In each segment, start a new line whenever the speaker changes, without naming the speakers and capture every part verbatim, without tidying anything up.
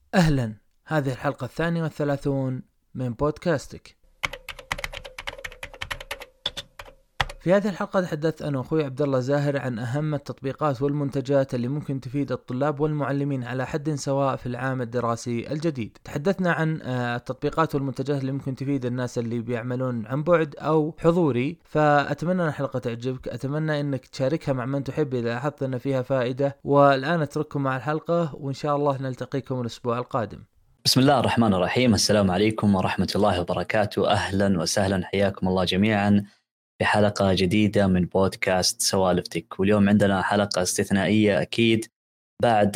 أهلا، هذه الحلقة الثانية والثلاثون من بودكاستك. في هذه الحلقة تحدثت أنا وأخوي عبد الله زاهر عن أهم التطبيقات والمنتجات اللي ممكن تفيد الطلاب والمعلمين على حد سواء في العام الدراسي الجديد. تحدثنا عن التطبيقات والمنتجات اللي ممكن تفيد الناس اللي بيعملون عن بعد أو حضوري، فأتمنى أن الحلقة تعجبك، أتمنى أنك تشاركها مع من تحب إذا لاحظت أن فيها فائدة. والآن أترككم مع الحلقة وإن شاء الله نلتقيكم الأسبوع القادم.
بسم الله الرحمن الرحيم. السلام عليكم ورحمة الله وبركاته. أهلا وسهلا، حياكم الله جميعا في حلقة جديدة من بودكاست سوالفتك. واليوم عندنا حلقة استثنائية أكيد بعد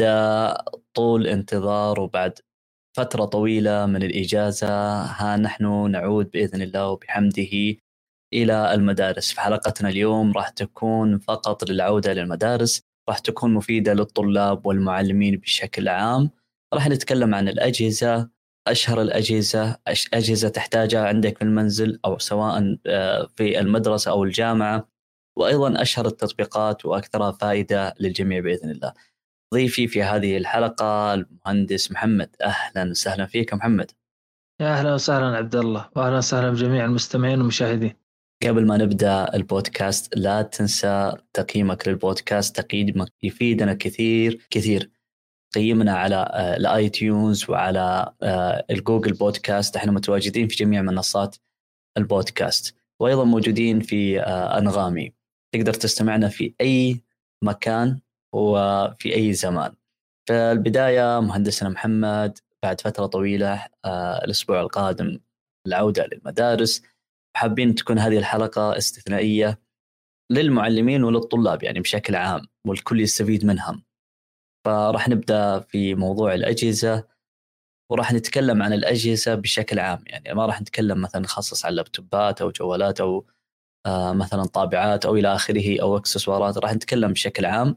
طول انتظار وبعد فترة طويلة من الإجازة. ها نحن نعود بإذن الله وبحمده إلى المدارس. في حلقتنا اليوم راح تكون فقط للعودة للمدارس، راح تكون مفيدة للطلاب والمعلمين بشكل عام. راح نتكلم عن الأجهزة، أشهر الأجهزة، أجهزة تحتاجها عندك في المنزل أو سواء في المدرسة أو الجامعة، وأيضا أشهر التطبيقات وأكثرها فائدة للجميع بإذن الله. ضيفي في هذه الحلقة المهندس محمد. أهلا وسهلا فيك محمد.
يا أهلا وسهلا عبد الله، وأهلا وسهلا بجميع المستمعين والمشاهدين.
قبل ما نبدأ البودكاست لا تنسى تقييمك للبودكاست، تقييمك يفيدنا كثير كثير. قيمنا على الاي تيونز وعلى الجوجل بودكاست، احنا متواجدين في جميع منصات البودكاست، وايضا موجودين في انغامي. تقدر تستمعنا في اي مكان وفي اي زمان. فالبداية مهندسنا محمد، بعد فترة طويلة الاسبوع القادم العودة للمدارس، حابين تكون هذه الحلقة استثنائية للمعلمين وللطلاب يعني بشكل عام، والكل يستفيد منها. فراح نبدأ في موضوع الأجهزة، وراح نتكلم عن الأجهزة بشكل عام. يعني ما راح نتكلم مثلا نخصص على لابتوبات أو جوالات أو آه مثلا طابعات أو إلى آخره أو إكسسوارات، راح نتكلم بشكل عام.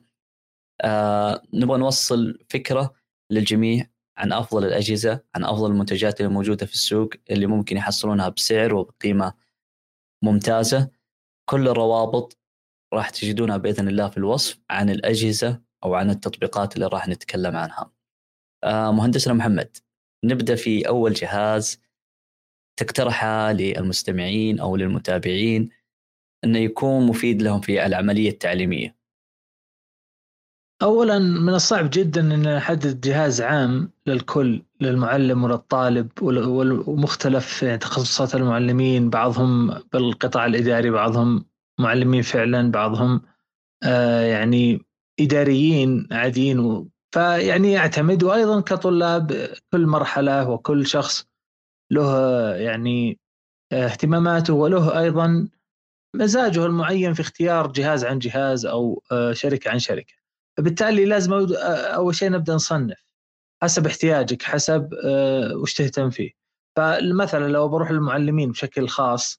آه نبغى نوصل فكرة للجميع عن أفضل الأجهزة، عن أفضل المنتجات اللي موجودة في السوق اللي ممكن يحصلونها بسعر وبقيمة ممتازة. كل الروابط راح تجدونها بإذن الله في الوصف عن الأجهزة أو عن التطبيقات اللي راح نتكلم عنها. آه مهندسنا محمد، نبدأ في أول جهاز تقترحه للمستمعين أو للمتابعين أنه يكون مفيد لهم في العملية التعليمية.
أولا من الصعب جدا أن نحدد جهاز عام للكل، للمعلم وللطالب ومختلف تخصصات المعلمين، بعضهم بالقطاع الإداري، بعضهم معلمين فعلا، بعضهم آه يعني إداريين عاديين. فيعني يعتمد، وأيضا كطلاب كل مرحلة وكل شخص له يعني اهتماماته وله أيضا مزاجه المعين في اختيار جهاز عن جهاز أو شركة عن شركة. فبالتالي لازم أول شيء نبدأ نصنف حسب احتياجك، حسب وش تهتم فيه. فمثلا لو بروح للمعلمين بشكل خاص،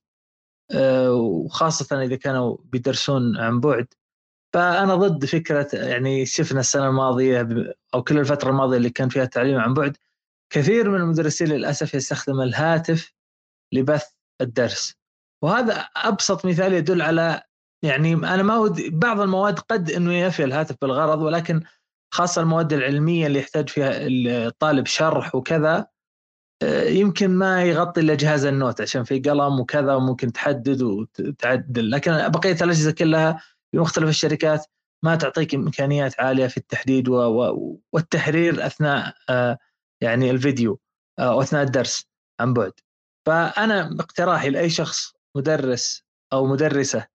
وخاصة إذا كانوا بيدرسون عن بعد، فأنا ضد فكرة، يعني شفنا السنة الماضية أو كل الفترة الماضية اللي كان فيها التعليم عن بعد، كثير من المدرسين للأسف يستخدم الهاتف لبث الدرس. وهذا أبسط مثال يدل على، يعني أنا ما ودي بعض المواد قد أنه يفي الهاتف بالغرض، ولكن خاصة المواد العلمية اللي يحتاج فيها الطالب شرح وكذا، يمكن ما يغطي إلا جهاز النوت عشان في قلم وكذا وممكن تحدد وتعدل. لكن بقية الأجهزة كلها بمختلف الشركات ما تعطيك إمكانيات عالية في التحديد والتحرير أثناء يعني الفيديو أو أثناء الدرس عن بعد. فأنا اقتراحي لأي شخص مدرس أو مدرسة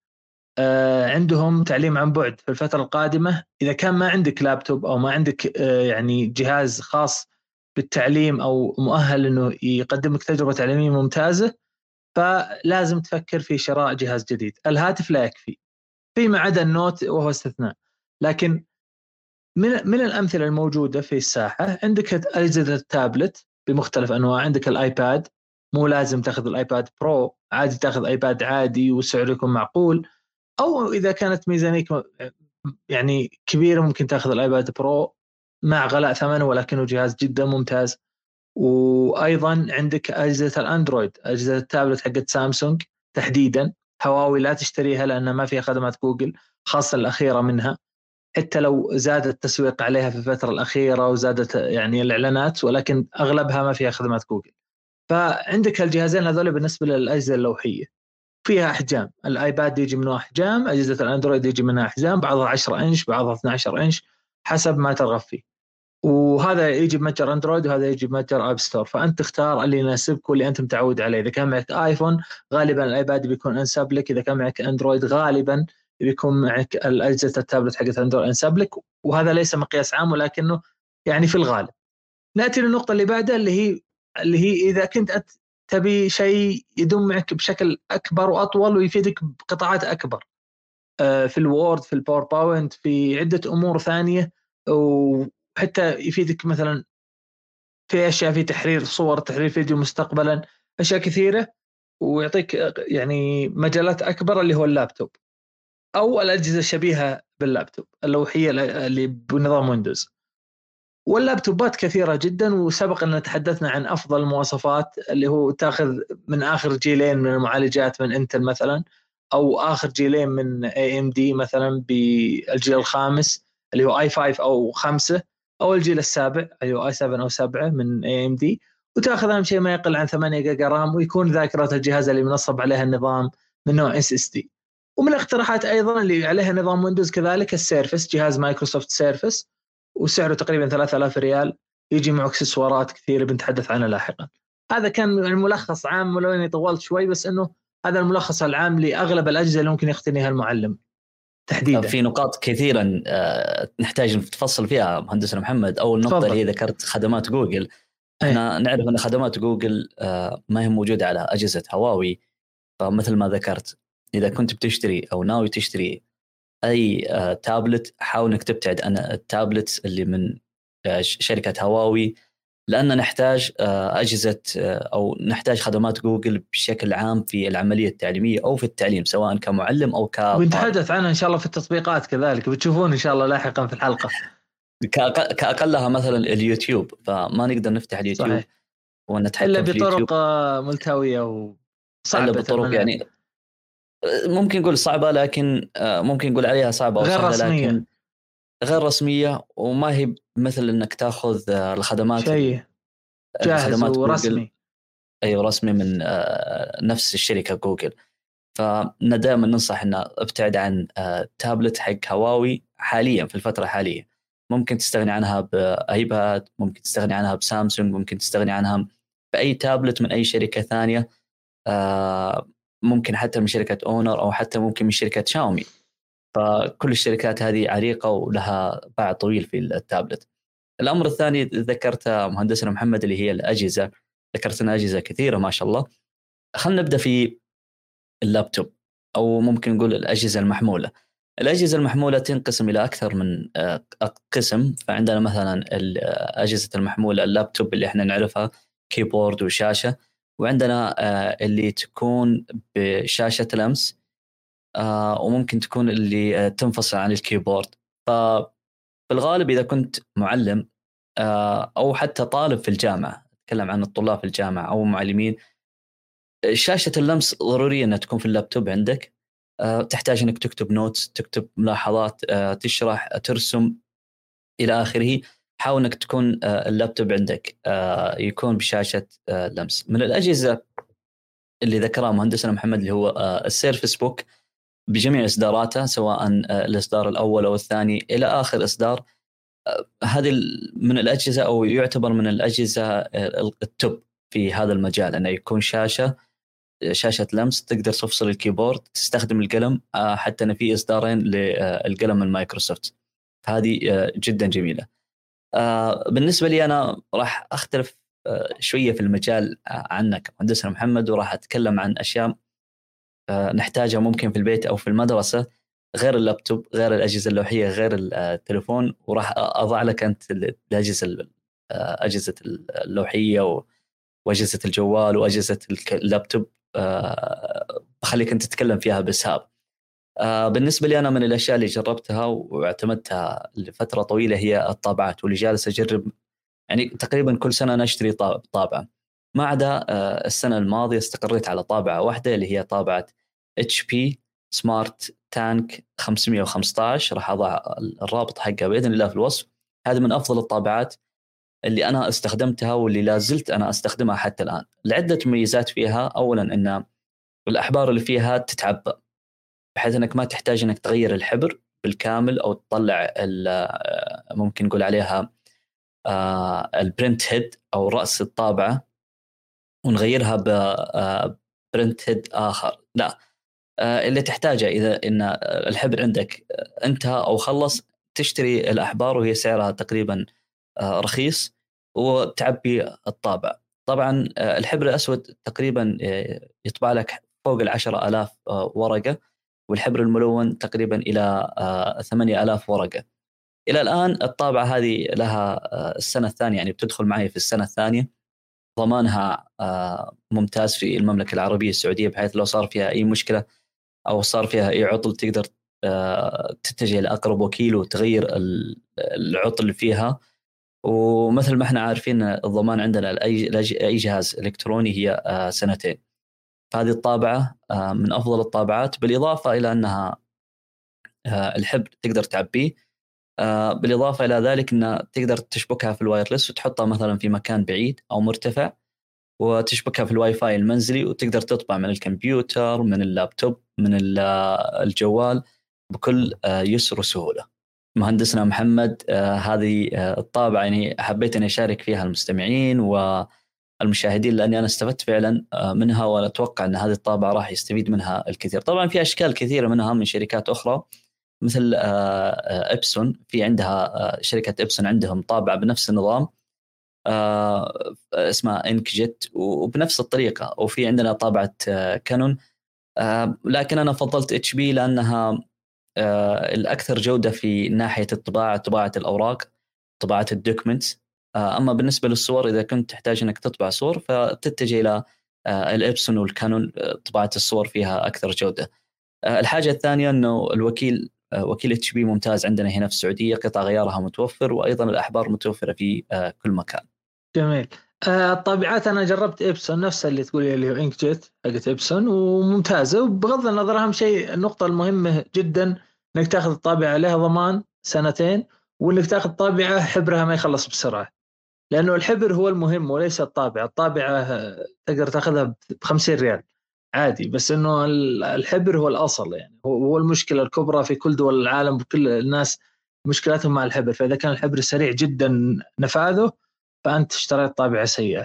عندهم تعليم عن بعد في الفترة القادمة، إذا كان ما عندك لابتوب أو ما عندك يعني جهاز خاص بالتعليم أو مؤهل أنه يقدم لك تجربة تعليمية ممتازة، فلازم تفكر في شراء جهاز جديد. الهاتف لا يكفي فيما عدا النوت وهو استثناء. لكن من من الأمثلة الموجودة في الساحة، عندك أجهزة التابلت بمختلف أنواع. عندك الآيباد، مو لازم تأخذ الآيباد برو، عادي تأخذ آيباد عادي وسعره يكون معقول، أو إذا كانت ميزانيك يعني كبيرة ممكن تأخذ الآيباد برو مع غلاء ثمنه، ولكنه جهاز جدا ممتاز. وأيضا عندك أجهزة الأندرويد، أجهزة التابلت حقت سامسونج تحديدا. هواوي لا تشتريها لأنها ما فيها خدمات جوجل، خاصة الأخيرة منها. حتى لو زاد التسويق عليها في الفترة الأخيرة وزادت يعني الإعلانات، ولكن أغلبها ما فيها خدمات جوجل. فعندك الجهازين هذول بالنسبة للأجهزة اللوحية. فيها أحجام، الآيباد يجي منه أحجام، أجهزة الأندرويد يجي منها أحجام، بعضها عشرة إنش بعضها اثنا عشر إنش حسب ما ترغب فيه. وهذا يجي بمتجر أندرويد وهذا يجي بمتجر آب ستور، فأنت تختار اللي يناسبك واللي أنت متعود عليه. إذا كان معك آيفون غالبا الآيباد بيكون أنسب لك، إذا كان معك أندرويد غالبا بيكون معك الأجهزة التابلت حقت أندرويد أنسب لك، وهذا ليس مقياس عام ولكنه يعني في الغالب. نأتي للنقطة اللي بعدها اللي هي اللي هي إذا كنت تبي شيء يدوم معك بشكل أكبر وأطول ويفيدك بقطاعات أكبر في الوورد، في الباوربوينت، في عدة أمور ثانية، وحتى يفيدك مثلا في أشياء في تحرير صور، تحرير فيديو مستقبلا، أشياء كثيرة، ويعطيك يعني مجالات أكبر، اللي هو اللابتوب أو الأجهزة الشبيهة باللابتوب اللوحية اللي بنظام ويندوز. واللابتوبات كثيرة جدا، وسبق أن تحدثنا عن أفضل المواصفات اللي هو تأخذ من آخر جيلين من المعالجات من انتل مثلا، أو آخر جيلين من إيه إم دي مثلا بالجيل الخامس اللي هو آي فايف أو خمسة، أو الجيل السابع اللي هو آي سبعة أو سبعة من إيه إم دي، وتأخذ أهم شيء ما يقل عن ثمانية جيجا رام، ويكون ذاكرة الجهاز اللي منصب عليها النظام من نوع إس إس دي. ومن الاقتراحات أيضا اللي عليها نظام ويندوز كذلك السيرفس، جهاز مايكروسوفت سيرفس، وسعره تقريبا ثلاثة آلاف ريال، يجي معه اكسسوارات كثيرة بنتحدث عنها لاحقا. هذا كان الملخص عام، ولو اني طولت شوي، بس انه هذا الملخص العام لاغلب الاجهزه اللي ممكن يقتنيها المعلم تحديدا.
في نقاط كثيرا نحتاج نتفصل فيها مهندسنا محمد. اول نقطه
تفضل.
اللي هي ذكرت خدمات جوجل. احنا ايه. نعرف ان خدمات جوجل ما هي موجوده على اجهزه هواوي. فمثل ما ذكرت، اذا كنت بتشتري او ناوي تشتري اي تابلت، حاول انك تبتعد عن التابلت اللي من شركه هواوي، لأن نحتاج أجهزة أو نحتاج خدمات جوجل بشكل عام في العملية التعليمية أو في التعليم، سواء كمعلم أو كطالب.
ونتحدث عنها إن شاء الله في التطبيقات كذلك، بتشوفون إن شاء الله لاحقا في الحلقة.
كأقلها مثلا اليوتيوب، فما نقدر نفتح اليوتيوب
صحيح.
ونتحكم
إلا
في اليوتيوب
بطرق ملتوية وصعبة،
إلا بطرق يعني ممكن نقول صعبة، لكن ممكن نقول عليها صعبة أو
غير
سهلة،
رسمية.
لكن غير رسمية، وما هي مثل أنك تأخذ الخدمات
شيء جاهز ورسمي.
أيوة رسمي من نفس الشركة جوجل. فندائما ننصح أن ابتعد عن تابلت حق هواوي حاليا في الفترة الحالية. ممكن تستغني عنها بآيباد، ممكن تستغني عنها بسامسونج، ممكن تستغني عنها بأي تابلت من أي شركة ثانية، ممكن حتى من شركة أونر أو حتى ممكن من شركة شاومي. فكل الشركات هذه عريقة ولها باع طويل في التابلت. الأمر الثاني ذكرته مهندسنا محمد اللي هي الأجهزة. ذكرتنا أجهزة كثيرة ما شاء الله. خلنا نبدأ في اللابتوب، أو ممكن نقول الأجهزة المحمولة. الأجهزة المحمولة تنقسم إلى أكثر من قسم. فعندنا مثلا الأجهزة المحمولة اللابتوب اللي احنا نعرفها كيبورد وشاشة، وعندنا اللي تكون بشاشة لمس، وممكن تكون اللي تنفصل عن الكيبورد. فبالغالب إذا كنت معلم أو حتى طالب في الجامعة، أتكلم عن الطلاب في الجامعة أو معلمين، شاشة اللمس ضرورية أنها تكون في اللابتوب عندك. أه تحتاج أنك تكتب نوتس، تكتب ملاحظات، أه تشرح، ترسم إلى آخره. حاول أنك تكون أه اللابتوب عندك أه يكون بشاشة أه لمس. من الأجهزة اللي ذكرها مهندسنا محمد اللي هو أه السيرفس بوك بجميع إصداراته، سواء أه الإصدار الأول أو الثاني إلى آخر إصدار. أه هذه من الأجهزة أو يعتبر من الأجهزة أه التوب في هذا المجال، أنه يكون شاشة شاشة لمس تقدر تفصل الكيبورد، تستخدم القلم، حتى أن في إصدارين للقلم من مايكروسوفت. هذه جدا جميلة. بالنسبة لي أنا راح أختلف شوية في المجال عنك مهندسنا محمد، وراح أتكلم عن أشياء نحتاجها ممكن في البيت أو في المدرسة غير اللابتوب، غير الأجهزة اللوحية، غير التليفون. وراح أضع لك أنت الأجهزة الأجهزة اللوحية وأجهزة الجوال وأجهزة اللابتوب، أه بخليك أنت تتكلم فيها بإسهاب. أه بالنسبة لي أنا من الأشياء اللي جربتها واعتمدتها لفترة طويلة هي الطابعات، واللي جالس أجرب يعني تقريبا كل سنة أنا أشتري طابعة، ما عدا أه السنة الماضية استقريت على طابعة واحدة اللي هي طابعة إتش بي سمارت تانك خمسمية وخمسة عشر، راح أضع الرابط حقها بإذن الله في الوصف. هذه من أفضل الطابعات اللي أنا استخدمتها واللي لازلت أنا أستخدمها حتى الآن. لعدة مميزات فيها. أولا أن الأحبار اللي فيها تتعبى، بحيث أنك ما تحتاج أنك تغير الحبر بالكامل أو تطلع ممكن نقول عليها البرنت هيد أو رأس الطابعة ونغيرها ببرنت هيد آخر. لا، اللي تحتاجه إذا إن الحبر عندك انتهى أو خلص تشتري الأحبار وهي سعرها تقريبا رخيص وتعبي الطابع. طبعا الحبر الأسود تقريبا يطبع لك فوق العشرة آلاف ورقة، والحبر الملون تقريبا إلى ثمانية آلاف ورقة. إلى الآن الطابعة هذه لها السنة الثانية، يعني بتدخل معي في السنة الثانية. ضمانها ممتاز في المملكة العربية السعودية، بحيث لو صار فيها أي مشكلة أو صار فيها أي عطل تقدر تتجه لأقرب وكيل وتغير العطل اللي فيها. ومثل ما احنا عارفين الضمان عندنا لأي جهاز إلكتروني هي سنتين. هذه الطابعة من أفضل الطابعات، بالإضافة إلى أنها الحبر تقدر تعبيه، بالإضافة إلى ذلك أن تقدر تشبكها في الوايرلس وتحطها مثلا في مكان بعيد أو مرتفع، وتشبكها في الواي فاي المنزلي، وتقدر تطبع من الكمبيوتر، من اللابتوب، من الجوال بكل يسر وسهولة. مهندسنا محمد، هذه الطابعة يعني حبيت أن أشارك فيها المستمعين والمشاهدين، لأني أنا استفدت فعلا منها، وأتوقع أن هذه الطابعة راح يستفيد منها الكثير. طبعا في أشكال كثيرة منها من شركات أخرى مثل إبسون، في عندها شركة إبسون عندهم طابعة بنفس النظام اسمها إنكجيت وبنفس الطريقة. وفي عندنا طابعة كانون، لكن أنا فضلت إتش بي لأنها الأكثر جودة في ناحية الطباعة، طباعة الأوراق، طباعة الدوكمنتس. أما بالنسبة للصور، إذا كنت تحتاج أنك تطبع صور فتتجه إلى الإبسون والكانون، طباعة الصور فيها أكثر جودة. الحاجة الثانية أنه الوكيل وكيل إتش بي ممتاز عندنا هنا في السعودية، قطع غيارها متوفر، وأيضا الأحبار متوفرة في كل مكان.
جميل. الطابعات أنا جربت إبسون نفس اللي تقولي اللي هو إنكجيت حقت إبسون وممتازة. وبغض النظر أهم شيء النقطة المهمة جدا إنك تأخذ الطابعة عليها ضمان سنتين، وإنك تأخذ طابعة حبرها ما يخلص بسرعة، لأنه الحبر هو المهم وليس الطابعة. الطابعة تقدر تأخذها بخمسين ريال عادي، بس إنه الحبر هو الأصل، يعني هو المشكلة الكبرى في كل دول العالم، وكل الناس مشكلتهم مع الحبر. فإذا كان الحبر سريع جدا نفاذه فأنت اشتريت طابعة سيئة.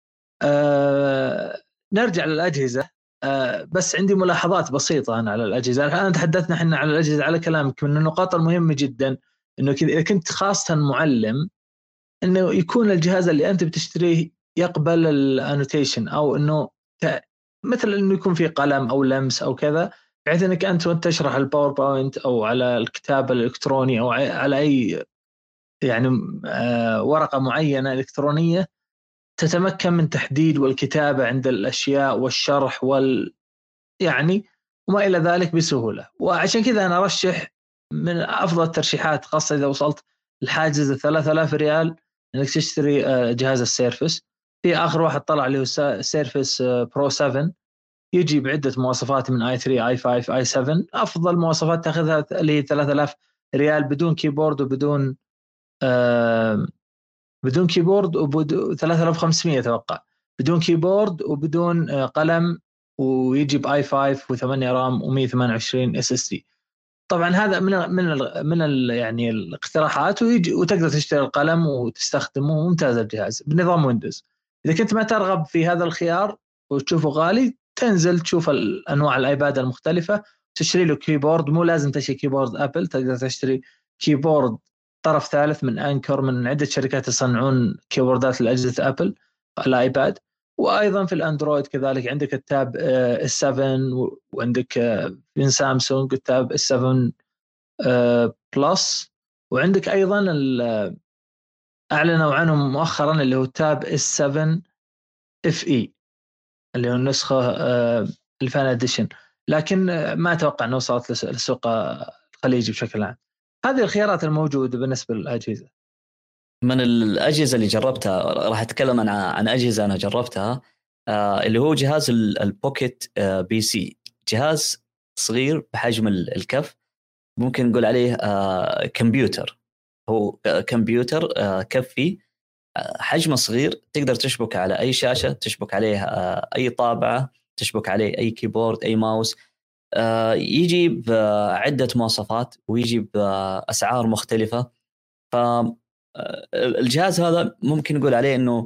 أه نرجع للأجهزة. أه بس عندي ملاحظات بسيطة أنا على الأجهزة. الآن تحدثنا إحنا على الأجهزة على كلامك من النقاط المهمة جدا، إنه إذا كنت خاصة معلم إنه يكون الجهاز اللي أنت بتشتريه يقبل الانوتيشن، أو إنه مثل إنه يكون في قلم أو لمس أو كذا، بحيث إنك أنت وأنت تشرح الباوربوينت أو على الكتاب الإلكتروني أو على أي يعني أه ورقة معينة إلكترونية تتمكن من تحديد والكتابة عند الأشياء والشرح وال يعني وما إلى ذلك بسهولة. وعشان كذا أنا أرشح من أفضل الترشيحات، خاصة إذا وصلت الحاجز الثلاثة آلاف ريال، إنك تشتري جهاز السيرفس. في آخر واحد طلع له سيرفس برو سبعة، يجي بعدة مواصفات من آي ثري آي فايف آي سبعة. أفضل مواصفات تأخذها اللي هي ثلاثة آلاف ريال بدون كيبورد وبدون آه بدون كيبورد، وبدون ثلاثة آلاف وخمسمية أتوقع بدون كيبورد وبدون قلم، ويجي باي خمسة وثمانية رام ومية وثمانية وعشرين اس اس دي. طبعا هذا من ال من ال من ال يعني الاقتراحات، ويجي وتقدر تشتري القلم وتستخدمه. ممتاز الجهاز بنظام ويندوز. اذا كنت ما ترغب في هذا الخيار وتشوفه غالي، تنزل تشوف الانواع الايباد المختلفه، تشتري له كيبورد. مو لازم تشتري كيبورد ابل، تقدر تشتري كيبورد طرف ثالث من أنكر، من عدة شركات يصنعون كيبوردات لأجهزة أبل الآيباد. وأيضا في الأندرويد كذلك عندك التاب اس سبعة، وعندك من سامسونج التاب اس سبعة بلس، وعندك أيضا أعلنوا عنهم مؤخرا اللي هو تاب اس سبعة اف اي اللي هو النسخة الفان اديشن، لكن ما أتوقع أنه وصلت للسوق الخليجي بشكل عام. هذه الخيارات الموجودة بالنسبة للأجهزة.
من الأجهزة اللي جربتها راح أتكلم عن عن أجهزة أنا جربتها، آه اللي هو جهاز البوكيت آه بي سي. جهاز صغير بحجم الكف، ممكن نقول عليه آه كمبيوتر. هو كمبيوتر آه كفي، آه حجمه صغير، تقدر تشبك على أي شاشة، تشبك عليه آه أي طابعة، تشبك عليه أي كيبورد، أي ماوس. آه يجي بعدة مواصفات ويجي بأسعار مختلفة. فالجهاز هذا ممكن نقول عليه أنه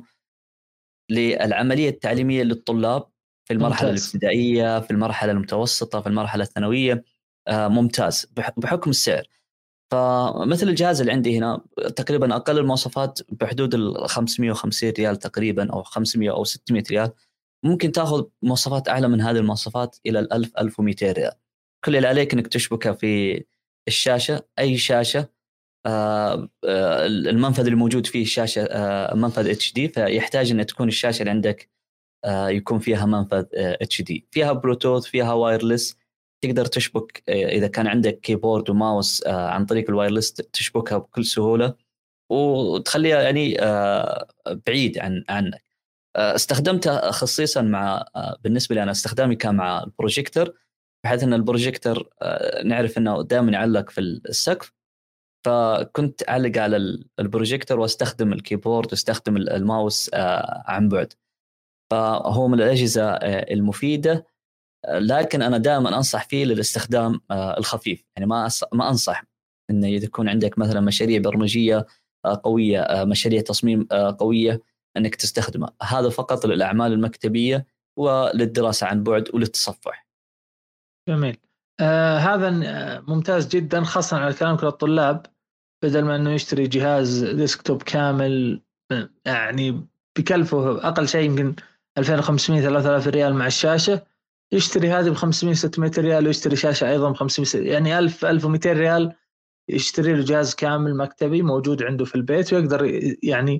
للعملية التعليمية للطلاب في المرحلة
ممتاز.
الابتدائية، في المرحلة المتوسطة، في المرحلة الثانوية، آه ممتاز بحكم السعر. فمثل الجهاز اللي عندي هنا تقريبا أقل المواصفات بحدود ال خمسمائة وخمسين ريال تقريبا، أو خمسمائة أو ستمائة ريال. ممكن تأخذ مواصفات أعلى من هذه المواصفات إلى الألف ألف ومئتين ريال. كل اللي عليك إنك تشبكها في الشاشة، أي شاشة. آه آه المنفذ اللي موجود فيه الشاشة آه منفذ اتش دي، فيحتاج أن تكون الشاشة اللي عندك آه يكون فيها منفذ آه اتش دي، فيها بلوتوث، فيها وايرلس. تقدر تشبك إذا كان عندك كيبورد وماوس آه عن طريق الوايرلس تشبكها بكل سهولة وتخليها يعني آه بعيد عن عنك. آه استخدمتها خصيصا مع آه بالنسبة لي أنا استخدامي كان مع البروجيكتور، بحيث أن البروجيكتور آه نعرف أنه دائما يعلق في السقف، فكنت أعلق على البروجيكتور واستخدم الكيبورد واستخدم الماوس آه عن بعد. فهو من الأجهزة آه المفيدة، لكن أنا دائما أنصح فيه للاستخدام الخفيف. يعني ما ما أنصح إنه إذا يكون عندك مثلا مشاريع برمجية قوية، مشاريع تصميم قوية، أنك تستخدمه. هذا فقط للأعمال المكتبية وللدراسة عن بعد وللتصفح.
جميل. آه هذا ممتاز جدا، خاصة على كلامك للطلاب، بدل ما أنه يشتري جهاز ديسكتوب كامل يعني بكلفه أقل شيء يمكن ألفين وخمسمائة ثلاثة آلاف ريال مع الشاشة، يشتري هذه ب خمسمائة ستمائة ريال ويشتري شاشة أيضا ب خمسمائة، يعني ألف ألف ومئتين ريال يشتري له جهاز كامل مكتبي موجود عنده في البيت، ويقدر يعني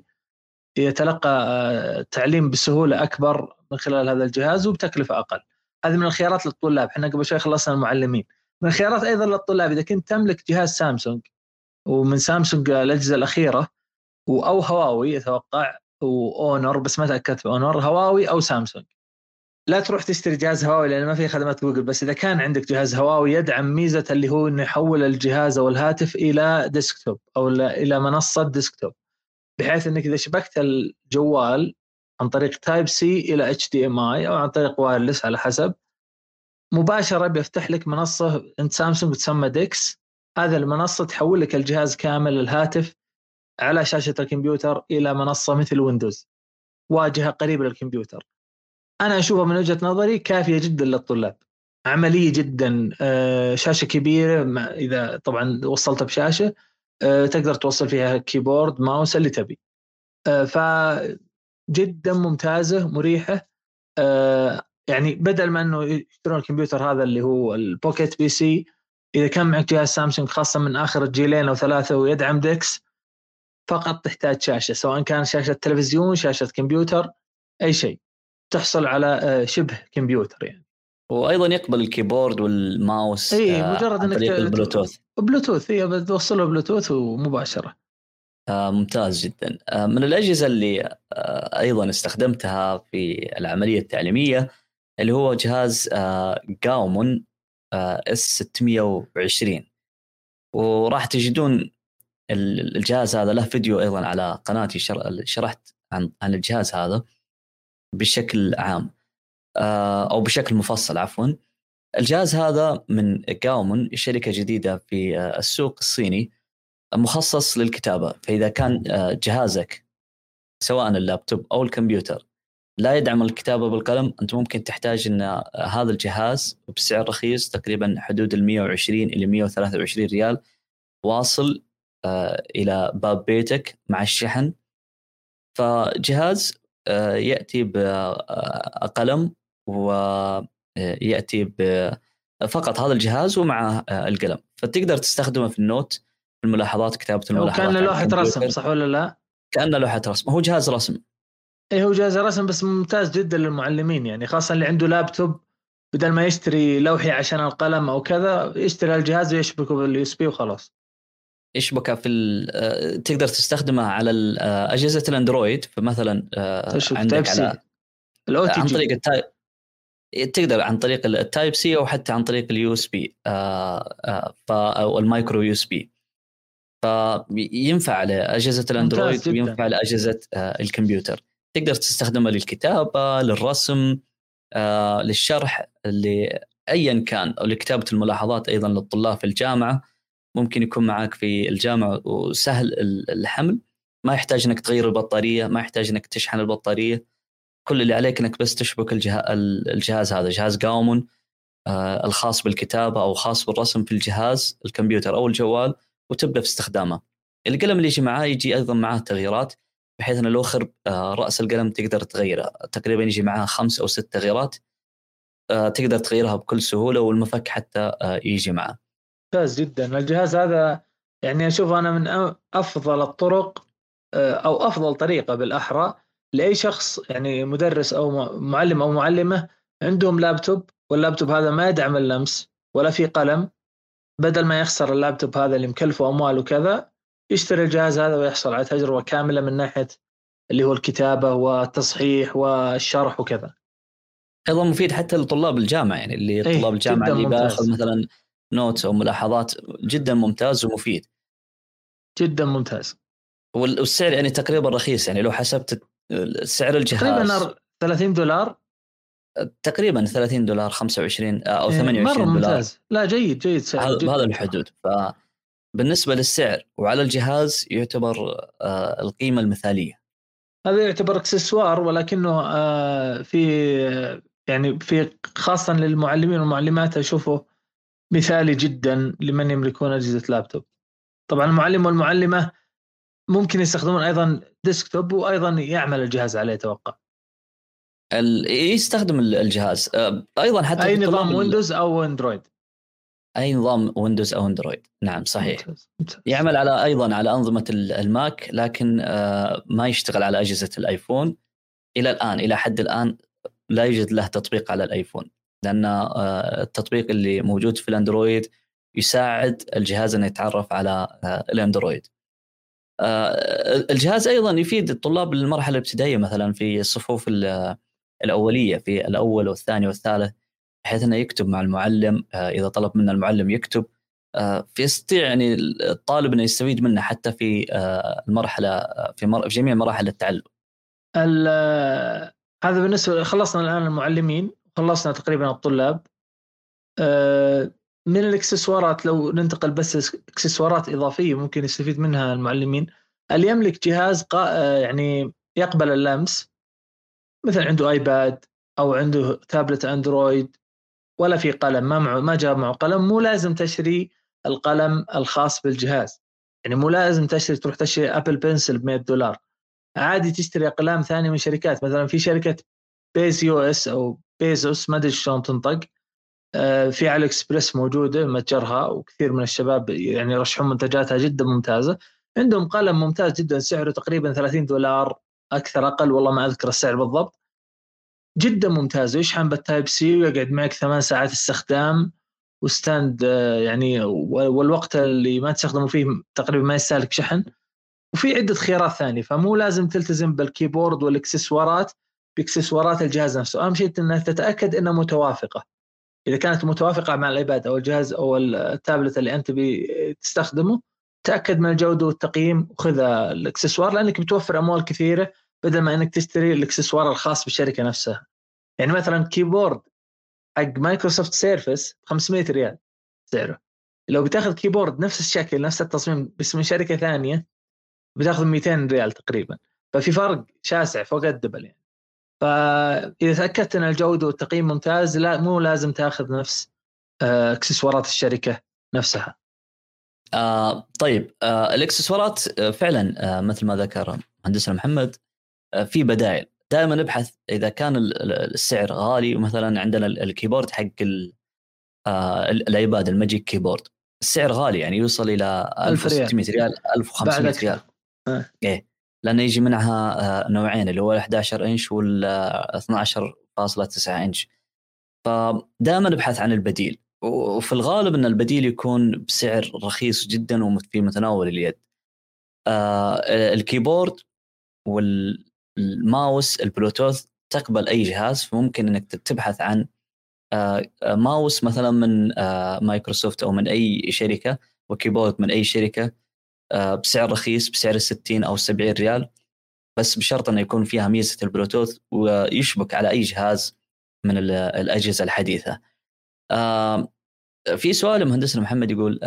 يتلقى تعليم بسهولة أكبر من خلال هذا الجهاز وبتكلفة أقل. هذه من الخيارات للطلاب. احنا قبل شوي خلصنا المعلمين. من الخيارات أيضا للطلاب إذا كنت تملك جهاز سامسونج، ومن سامسونج الأجهزة الأخيرة أو هواوي أتوقع وأونر، بس ما تأكدت بأونر، هواوي أو سامسونج، لا تروح تشتري جهاز هواوي لأنه ما فيه خدمات جوجل. بس إذا كان عندك جهاز هواوي يدعم ميزة اللي هو إنه يحول الجهاز أو الهاتف إلى ديسكتوب أو إلى منصة ديسكتوب، بحيث إنك إذا شبكت الجوال عن طريق تايب سي إلى اتش دي ام اي أو عن طريق وايرلس على حسب، مباشرة بيفتح لك منصة عند سامسونج تسمى ديكس. هذا المنصة تحول لك الجهاز كامل الهاتف على شاشة الكمبيوتر إلى منصة مثل ويندوز، واجهة قريبة للكمبيوتر. أنا أشوفها من وجهة نظري كافية جدا للطلاب، عملية جدا. شاشة كبيرة، إذا طبعا وصلت بشاشة تقدر توصل فيها كيبورد ماوس اللي تبي، فجدا ممتازة مريحة. يعني بدل ما أنه يشترون الكمبيوتر هذا اللي هو البوكيت بي سي، إذا كان معك جهاز سامسونج خاصة من آخر الجيلين أو ثلاثة ويدعم ديكس، فقط تحتاج شاشة، سواء كان شاشة تلفزيون، شاشة كمبيوتر، أي شيء، تحصل على شبه كمبيوتر يعني.
وأيضا يقبل الكيبورد والماوس
اي مجرد
عن
انك
طريق البلوتوث.
بلوتوث هي بتوصله بلوتوث ومباشرة.
آه ممتاز جدا. آه من الأجهزة اللي آه أيضا استخدمتها في العملية التعليمية اللي هو جهاز آه جاومون آه اس ستمائة وعشرين، وراح تجدون الجهاز هذا له فيديو أيضا على قناتي، شرحت عن عن الجهاز هذا بشكل عام آه أو بشكل مفصل عفوا. الجهاز هذا من جاومون، شركة جديدة في آه السوق الصيني، مخصص للكتابة. فإذا كان آه جهازك سواء اللابتوب أو الكمبيوتر لا يدعم الكتابة بالقلم، أنت ممكن تحتاج أن هذا الجهاز بسعر رخيص تقريبا حدود المية وعشرين إلى مية وثلاثة وعشرين ريال، واصل آه إلى باب بيتك مع الشحن. فجهاز آه يأتي بقلم ويأتي فقط هذا الجهاز ومع آه القلم، فتقدر تستخدمه في النوت، في الملاحظات، كتابة الملاحظات.
وكان لوحة رسم صح ولا لا؟
كأنه لوحة رسم، هو جهاز رسم.
ايه هو جهاز رسم، بس ممتاز جدا للمعلمين، يعني خاصة اللي عنده لابتوب، بدل ما يشتري لوحة عشان القلم او كذا، يشتري الجهاز ويشبكه باليو اس بي وخلاص.
يشبكه في تقدر تستخدمه على أجهزة الاندرويد، فمثلا عندك على
الاو تي
عن
جي
طريق التايب تقدر عن طريق التايب سي او حتى عن طريق اليو اس بي او المايكرو يو اس بي. فينفع لاجهزه الاندرويد وينفع لاجهزه آه الكمبيوتر. تقدر تستخدمه للكتابه، للرسم، آه للشرح، لايا كان، او لكتابه الملاحظات ايضا للطلاب في الجامعه. ممكن يكون معك في الجامعه وسهل الحمل، ما يحتاج انك تغير البطاريه، ما يحتاج انك تشحن البطاريه. كل اللي عليك انك بس تشبك الجهاز, الجهاز هذا جهاز جاومون آه الخاص بالكتابه او خاص بالرسم في الجهاز الكمبيوتر او الجوال، وتبدا في استخدامه. القلم اللي يجي معاه يجي ايضا معاه تغييرات، بحيث انه لو خرب آه راس القلم تقدر تغيره. تقريبا يجي معاه خمس او ست تغييرات آه تقدر تغيرها بكل سهوله، والمفك حتى آه يجي معاه.
ممتاز جدا الجهاز هذا. يعني اشوف انا من افضل الطرق او افضل طريقه بالاحرى لاي شخص، يعني مدرس او معلم او معلمه عندهم لابتوب، واللابتوب هذا ما يدعم اللمس ولا في قلم. بدل ما يخسر اللابتوب هذا اللي مكلفه اموال وكذا، يشتري الجهاز هذا ويحصل على تجربه كامله من ناحيه اللي هو الكتابه والتصحيح والشرح وكذا.
ايضا مفيد حتى لطلاب الجامعه، يعني اللي
ايه
طلاب الجامعه اللي
ممتاز.
باخذ مثلا نوتس او ملاحظات، جدا ممتاز ومفيد.
جدا ممتاز.
والسعر يعني تقريبا رخيص، يعني لو حسبت سعر الجهاز
تقريبا ثلاثين دولار،
تقريبا ثلاثين دولار، خمسة وعشرين او
إيه
ثمانية وعشرين
مرة
دولار.
ممتاز. لا جيد جيد سعره جدا
بهذا الحدود. فبالنسبه للسعر وعلى الجهاز يعتبر آه القيمه المثاليه.
هذا يعتبر اكسسوار، ولكنه آه في يعني في خاصة للمعلمين والمعلمات أشوفه مثالي جدا لمن يملكون أجهزة لابتوب. طبعا المعلم والمعلمة ممكن يستخدمون أيضا ديسكتوب، وأيضا يعمل الجهاز عليه توقع.
يستخدم الجهاز ايضا حتى
اي
في
نظام ويندوز او اندرويد.
اي نظام ويندوز او اندرويد، نعم صحيح.
ممتاز. ممتاز.
يعمل على ايضا على انظمه الماك، لكن ما يشتغل على اجهزه الايفون الى الان. الى حد الان لا يوجد له تطبيق على الايفون، لان التطبيق اللي موجود في الاندرويد يساعد الجهاز انه يتعرف على الاندرويد. الجهاز ايضا يفيد الطلاب المرحله الابتدائيه، مثلا في الصفوف الاوليه، في الاول والثاني والثالث، بحيث انه يكتب مع المعلم اذا طلب منه المعلم يكتب. فيستطيع يعني الطالب انه يستفيد منه حتى في المرحله في, مر... في جميع مراحل التعلم.
هذا بالنسبه. خلصنا الان المعلمين، خلصنا تقريبا الطلاب. من الاكسسوارات لو ننتقل بس اكسسوارات اضافيه ممكن يستفيد منها المعلمين. اللي يملك جهاز يعني يقبل اللمس، مثل عنده ايباد او عنده تابلت اندرويد ولا في قلم، ما معه ما جاب معه قلم، مو لازم تشتري القلم الخاص بالجهاز. يعني مو لازم تشتري تروح تشتري ابل بنسل ب مئة دولار، عادي تشتري اقلام ثانيه من شركات. مثلا في شركه بيز يو اس او بيزوس، ما ادري شلون تنطق، في على اكسبريس موجوده متجرها، وكثير من الشباب يعني يرشحون منتجاتها جدا ممتازه. عندهم قلم ممتاز جدا سعره تقريبا ثلاثين دولار اكثر اقل، والله ما اذكر السعر بالضبط. جدا ممتاز، ويشحن بالتايب سي ويقعد معك ثمان ساعات استخدام وستاند، يعني والوقت اللي ما تستخدمه فيه تقريبا ما يستهلك شحن. وفي عدة خيارات ثانية، فمو لازم تلتزم بالكيبورد والاكسسوارات باكسسوارات الجهاز نفسه. أهم شيء أنها تتأكد أنها متوافقة. إذا كانت متوافقة مع الآيباد أو الجهاز أو التابلت اللي أنت بتستخدمه، تأكد من الجودة والتقييم وخذ الاكسسوار، لأنك بتوفر أموال كثيرة بدل ما أنك تشتري الاكسسوار الخاص بالشركة نفسها. يعني مثلا كيبورد حق مايكروسوفت سيرفس خمسمئة ريال سعره، لو بتاخذ كيبورد نفس الشكل نفس التصميم بس من شركة ثانية بتاخذ مئتين ريال تقريبا. ففي فرق شاسع فوق الدبل يعني. فإذا تأكدت أن الجودة والتقييم ممتاز، لا مو لازم تأخذ نفس اكسسوارات الشركة نفسها.
آه طيب آه الاكسسوارات آه فعلا آه مثل ما ذكر مهندسنا محمد، آه في بدائل. دائما نبحث إذا كان السعر غالي، ومثلا عندنا الكيبورد حق آه الايباد الماجيك كيبورد السعر غالي، يعني يوصل إلى ألف وستمئة ريال ألف وخمسمئة ريال.
آه.
إيه، لأنه يجي منها آه نوعين، اللي هو أحد عشر إنش وال اثنا عشر فاصلة تسعة إنش. فدائما نبحث عن البديل، وفي الغالب أن البديل يكون بسعر رخيص جدا وفي متناول اليد. آه الكيبورد والماوس البلوتوث تقبل أي جهاز، فممكن أنك تبحث عن ماوس مثلا من مايكروسوفت أو من أي شركة وكيبورد من أي شركة بسعر رخيص بسعر الستين أو سبعين ريال، بس بشرط أن يكون فيها ميزة البلوتوث ويشبك على أي جهاز من الأجهزة الحديثة. في سؤال مهندسنا محمد يقول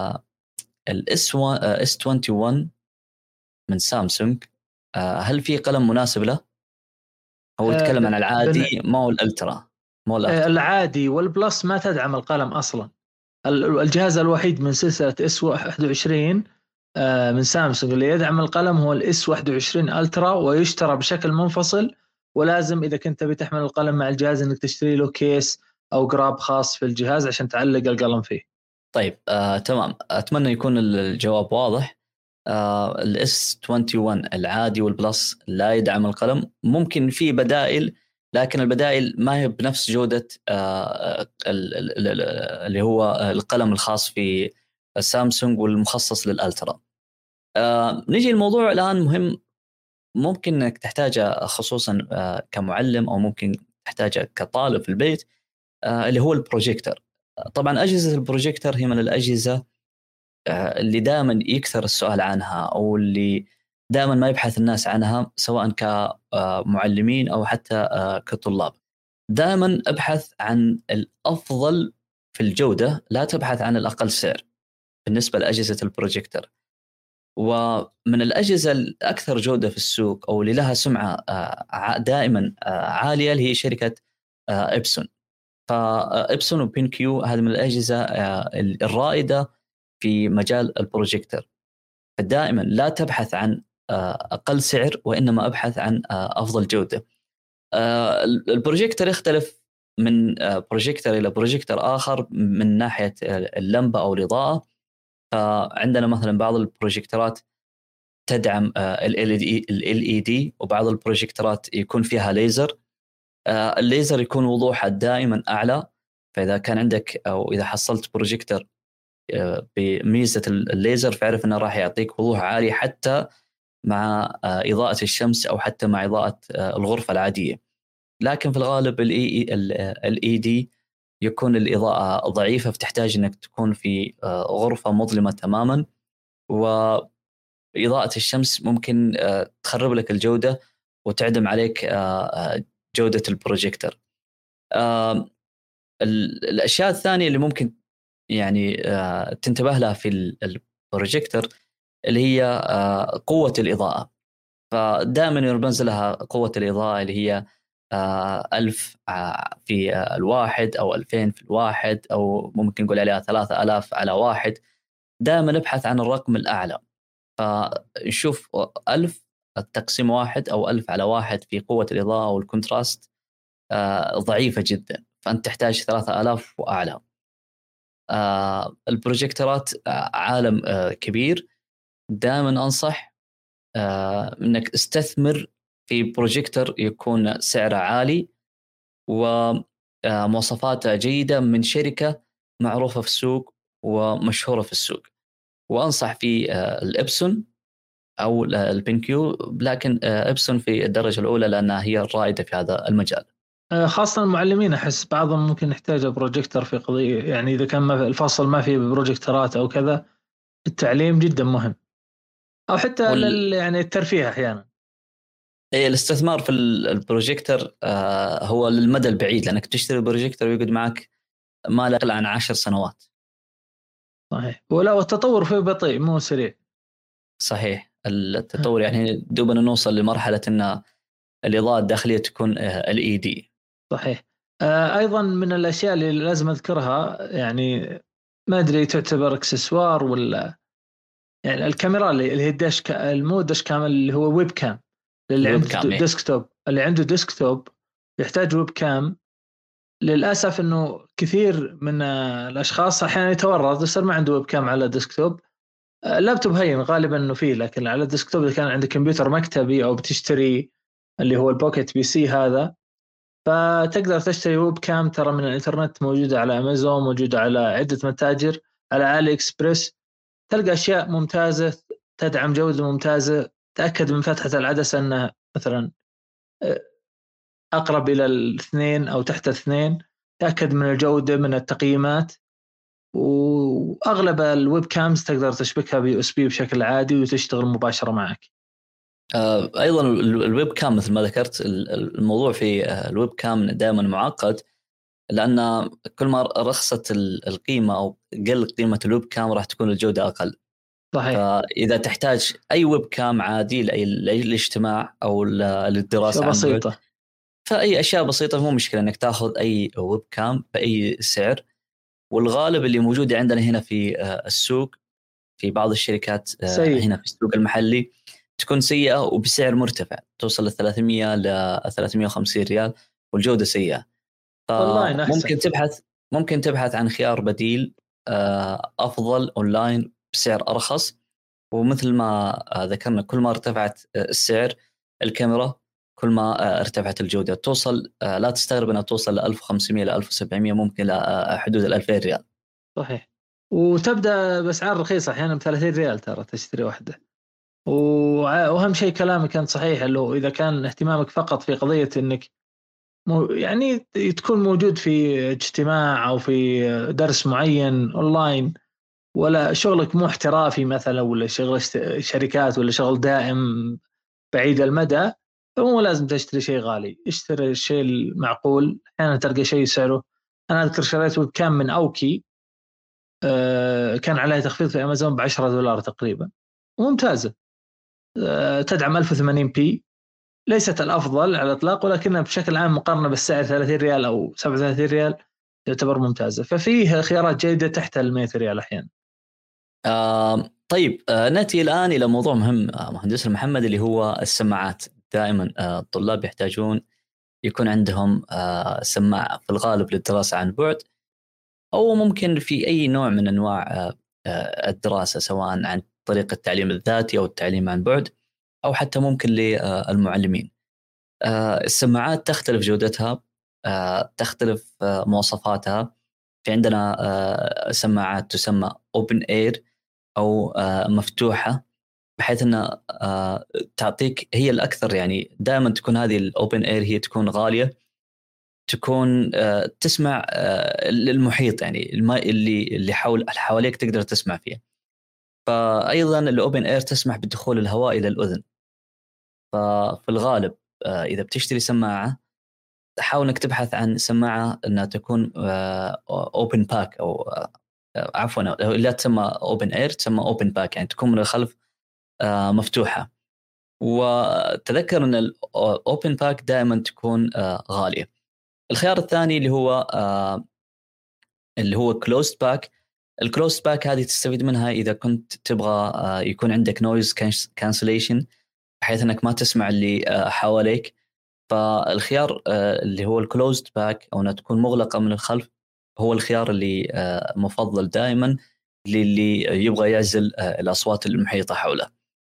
الاس اس واحد وعشرين من سامسونج هل في قلم مناسب له؟ هو يتكلم عن العادي ما هو الالترا.
ما الالترا العادي والبلس ما تدعم القلم اصلا. الجهاز الوحيد من سلسله اس واحد وعشرين من سامسونج اللي يدعم القلم هو الاس واحد وعشرين الترا، ويشترى بشكل منفصل، ولازم اذا كنت بتحمل القلم مع الجهاز انك تشتري له كيس او جراب خاص في الجهاز عشان تعلق القلم فيه.
طيب آه، تمام، اتمنى يكون الجواب واضح. آه، الاس واحد وعشرين العادي والبلس لا يدعم القلم، ممكن في بدائل لكن البدائل ما هي بنفس جودة آه اللي هو القلم الخاص في سامسونج والمخصص للألترا. آه، نيجي الموضوع الآن مهم، ممكن انك تحتاجه خصوصا آه كمعلم او ممكن تحتاجه كطالب في البيت، آه اللي هو البروجيكتور. طبعا أجهزة البروجيكتور هي من الأجهزة اللي دائما يكثر السؤال عنها أو اللي دائما ما يبحث الناس عنها سواء كمعلمين أو حتى كطلاب. دائما أبحث عن الأفضل في الجودة، لا تبحث عن الأقل سعر بالنسبة لأجهزة البروجيكتور. ومن الأجهزة الأكثر جودة في السوق أو اللي لها سمعة دائما عالية اللي هي شركة إبسون. فإبسون وبينكيو هذه من الأجهزة الرائدة في مجال البروجيكتور. فدائما لا تبحث عن أقل سعر وإنما أبحث عن أفضل جودة. البروجيكتور يختلف من بروجيكتور إلى بروجيكتور آخر من ناحية اللمبة أو الإضاءة. فعندنا مثلا بعض البروجيكتورات تدعم ال إل إي دي وبعض البروجيكتورات يكون فيها ليزر. الليزر يكون وضوحه دائما أعلى، فإذا كان عندك أو إذا حصلت بروجيكتور بميزة الليزر فاعرف أنه راح يعطيك وضوح عالي حتى مع إضاءة الشمس أو حتى مع إضاءة الغرفة العادية. لكن في الغالب ال إي دي يكون الإضاءة ضعيفة، فتحتاج أنك تكون في غرفة مظلمة تماما، وإضاءة الشمس ممكن تخرب لك الجودة وتعدم عليك جودة البروجيكتور. الأشياء الثانية اللي ممكن يعني تنتبه لها في البروجيكتور اللي هي قوة الإضاءة. فدائما يرمز لها قوة الإضاءة اللي هي ألف في الواحد أو ألفين في الواحد، أو ممكن نقول عليها ثلاثة ألاف على واحد. دائما نبحث عن الرقم الأعلى، فنشوف ألف التقسيم واحد أو ألف على واحد في قوة الإضاءة والكونتراست ضعيفة جدا، فأنت تحتاج ثلاثة ألاف وأعلى. آه البروجيكتورات آه عالم آه كبير. دائما أنصح آه أنك استثمر في بروجيكتور يكون سعره عالي ومواصفاته جيدة من شركة معروفة في السوق ومشهورة في السوق. وأنصح في آه الإبسون أو البينكيو، لكن آه إبسون في الدرجة الأولى لأنها هي الرائدة في هذا المجال.
خاصة المعلمين أحس بعضهم ممكن يحتاج بروجيكتور في قضية، يعني إذا كان ما الفصل ما فيه بروجيكتورات أو كذا، التعليم جدا مهم، أو حتى وال... يعني الترفيه أحيانا.
إيه الاستثمار في البروجيكتور آه هو للمدى البعيد، لأنك تشتري البروجيكتور ويقعد معك ما لا يقل عن عشر سنوات.
صحيح، ولا والتطور فيه بطيء مو سريع.
صحيح، التطور يعني دوبنا نوصل لمرحلة أن الإضاءة الداخلية تكون ال إي دي.
صحيح. آه أيضا من الأشياء اللي لازم أذكرها، يعني ما أدري تعتبر اكسسوار ولا، يعني الكاميرا اللي هي الداش المو داش كامل اللي هو ويب كام، اللي عنده ديسكتوب اللي عنده ديسكتوب يحتاج ويب كام. للأسف أنه كثير من الأشخاص أحيانا يتورط يصير ما عنده ويب كام على ديسكتوب. اللابتوب هين غالبا أنه فيه، لكن على الديسكتوب إذا كان عندك كمبيوتر مكتبي أو بتشتري اللي هو البوكيت بي سي هذا، فتقدر تشتري ويب كام ترى من الانترنت، موجودة على أمازون، موجودة على عدة متاجر، على علي إكسبريس. تلقى أشياء ممتازة تدعم جودة ممتازة. تأكد من فتحة العدسة أنها مثلا أقرب إلى الاثنين أو تحت اثنين، تأكد من الجودة من التقييمات. وأغلب الويب كامز تقدر تشبكها بيو اس بي بشكل عادي وتشتغل مباشرة معك.
آه، أيضا الويب كام مثل ما ذكرت، الموضوع في الويب كام دائما معقد، لأن كل ما رخصت القيمة أو قل قيمة الويب كام راح تكون الجودة أقل.
صحيح.
فإذا تحتاج أي ويب كام عادي للاجتماع أو للدراسة عن بعد، فأي أشياء بسيطة مو مشكلة إنك تأخذ أي ويب كام بأي سعر. والغالب اللي موجودة عندنا هنا في السوق في بعض الشركات
سيء.
هنا في السوق المحلي تكون سيئة وبسعر مرتفع، توصل ل ثلاثمية ل ثلاثمية وخمسين ريال والجودة سيئة. فممكن تبحث ممكن تبحث عن خيار بديل أفضل أونلاين بسعر أرخص. ومثل ما ذكرنا كل ما ارتفعت السعر الكاميرا كل ما ارتفعت الجودة، توصل لا تستغرب أنها توصل ل ألف وخمسمية ل ألف وسبعمية، ممكن لحدود ال ألفين ريال.
صحيح. وتبدأ بأسعار رخيصة أحيانا ب ثلاثين ريال ترى تشتري واحدة. وأهم شيء كلامك كان صحيح، اللي إذا كان اهتمامك فقط في قضية إنك يعني تكون موجود في اجتماع أو في درس معين أونلاين، ولا شغلك مو احترافي مثلا، ولا شغل شركات، ولا شغل دائم بعيد المدى، فمو لازم تشتري شيء غالي. اشتري الشيء المعقول. أحيانا تلقى شيء سعره، أنا أذكر شريت ويب كام من أوكي، أه كان عليه تخفيض في أمازون بعشرة دولار تقريبا، ممتازة. أه تدعم ألف وثمانين بي، ليست الأفضل على الإطلاق، ولكنها بشكل عام مقارنة بالسعر ثلاثين ريال أو سبعة وثلاثين ريال تعتبر ممتازة. ففيه خيارات جيدة تحت المئة ريال أحيانا.
آه طيب، آه نأتي الآن إلى موضوع مهم آه مهندس محمد، اللي هو السماعات. دائما آه الطلاب يحتاجون يكون عندهم آه سماعة في الغالب للدراسة عن بعد، أو ممكن في أي نوع من أنواع آه آه الدراسة، سواء عن طريق التعليم الذاتي أو التعليم عن بعد، أو حتى ممكن للمعلمين. آه السماعات تختلف جودتها، آه تختلف آه مواصفاتها. في عندنا آه سماعات تسمى Open Air أو آه مفتوحة، بحيث أنها آه تعطيك هي الأكثر، يعني دائما تكون هذه الأوبن إير هي تكون غالية، تكون آه تسمع آه للمحيط، يعني الماء اللي اللي حول حواليك تقدر تسمع فيه. فأيضا الأوبن إير تسمح بدخول الهواء إلى الأذن. ففي الغالب آه إذا بتشتري سماعة حاول انك تبحث عن سماعه انها تكون اوبن باك، او آه عفوا لا تسمى اوبن اير، تسمى اوبن باك، يعني تكون من الخلف آه مفتوحه. وتذكر ان الاوبن باك دائما تكون آه غاليه. الخيار الثاني اللي هو آه اللي هو كلوزد باك. الكلوزد باك هذه تستفيد منها اذا كنت تبغى آه يكون عندك نويز كانسليشن، بحيث انك ما تسمع اللي آه حواليك. فالخيار اللي هو الكلوزد باك، أو أنها تكون مغلقة من الخلف، هو الخيار اللي مفضل دائما للي يبغى يعزل الأصوات المحيطة حوله.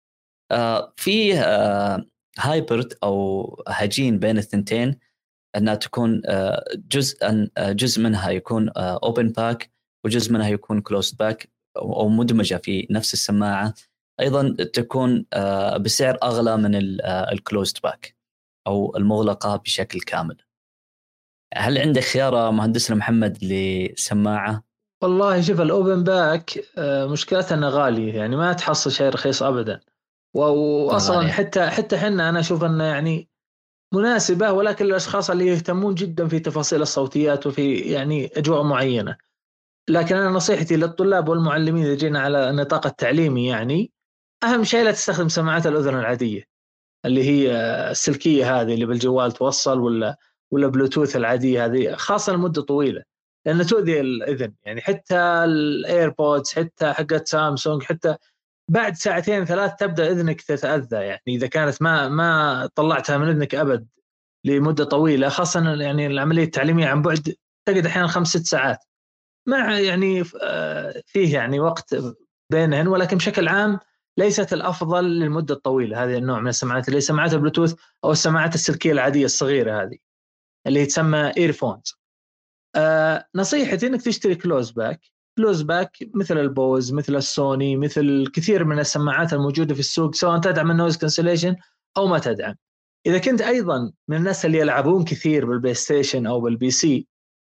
في هايبرد أو هجين بين الثنتين، أنها تكون جزء جزء منها يكون open باك وجزء منها يكون closed باك، أو مدمجة في نفس السماعة. أيضا تكون بسعر أغلى من الكلوزد باك أو المغلقة بشكل كامل. هل عندك خيار مهندسنا محمد لسماعة؟
والله شوف، الأوبن باك مشكلتها أنها غالية، يعني ما تحصل شيء رخيص أبدا. وأصلا حتى حتى حنا أنا أشوف أنه يعني مناسبة، ولكن الأشخاص اللي يهتمون جدا في تفاصيل الصوتيات وفي يعني أجواء معينة. لكن أنا نصيحتي للطلاب والمعلمين إذا جينا على النطاق التعليمي، يعني أهم شيء لا تستخدم سماعات الأذن العادية اللي هي السلكية هذه اللي بالجوال توصل، ولا ولا بلوتوث العادية هذه، خاصة لمدة طويلة، لأن تؤذي الأذن. يعني حتى الإيربودز، حتى حقت سامسونج، حتى بعد ساعتين ثلاث تبدأ أذنك تتأذى، يعني إذا كانت ما ما طلعتها من أذنك أبد لمدة طويلة، خاصة يعني العملية التعليمية عن بعد تجد أحيانا خمس ست ساعات، مع يعني فيه يعني وقت بينهن، ولكن بشكل عام ليست الأفضل للمدة الطويلة. هذه النوع من السماعات اللي سماعات البلوتوث أو السماعات السلكية العادية الصغيرة هذه اللي تسمى إيرفونز. آه نصيحتي إنك تشتري كلوز باك. كلوز باك مثل البوز، مثل السوني، مثل كثير من السماعات الموجودة في السوق، سواء تدعم النويز كانسليشن أو ما تدعم. إذا كنت أيضا من الناس اللي يلعبون كثير بالبلاي ستيشن أو بالبي سي،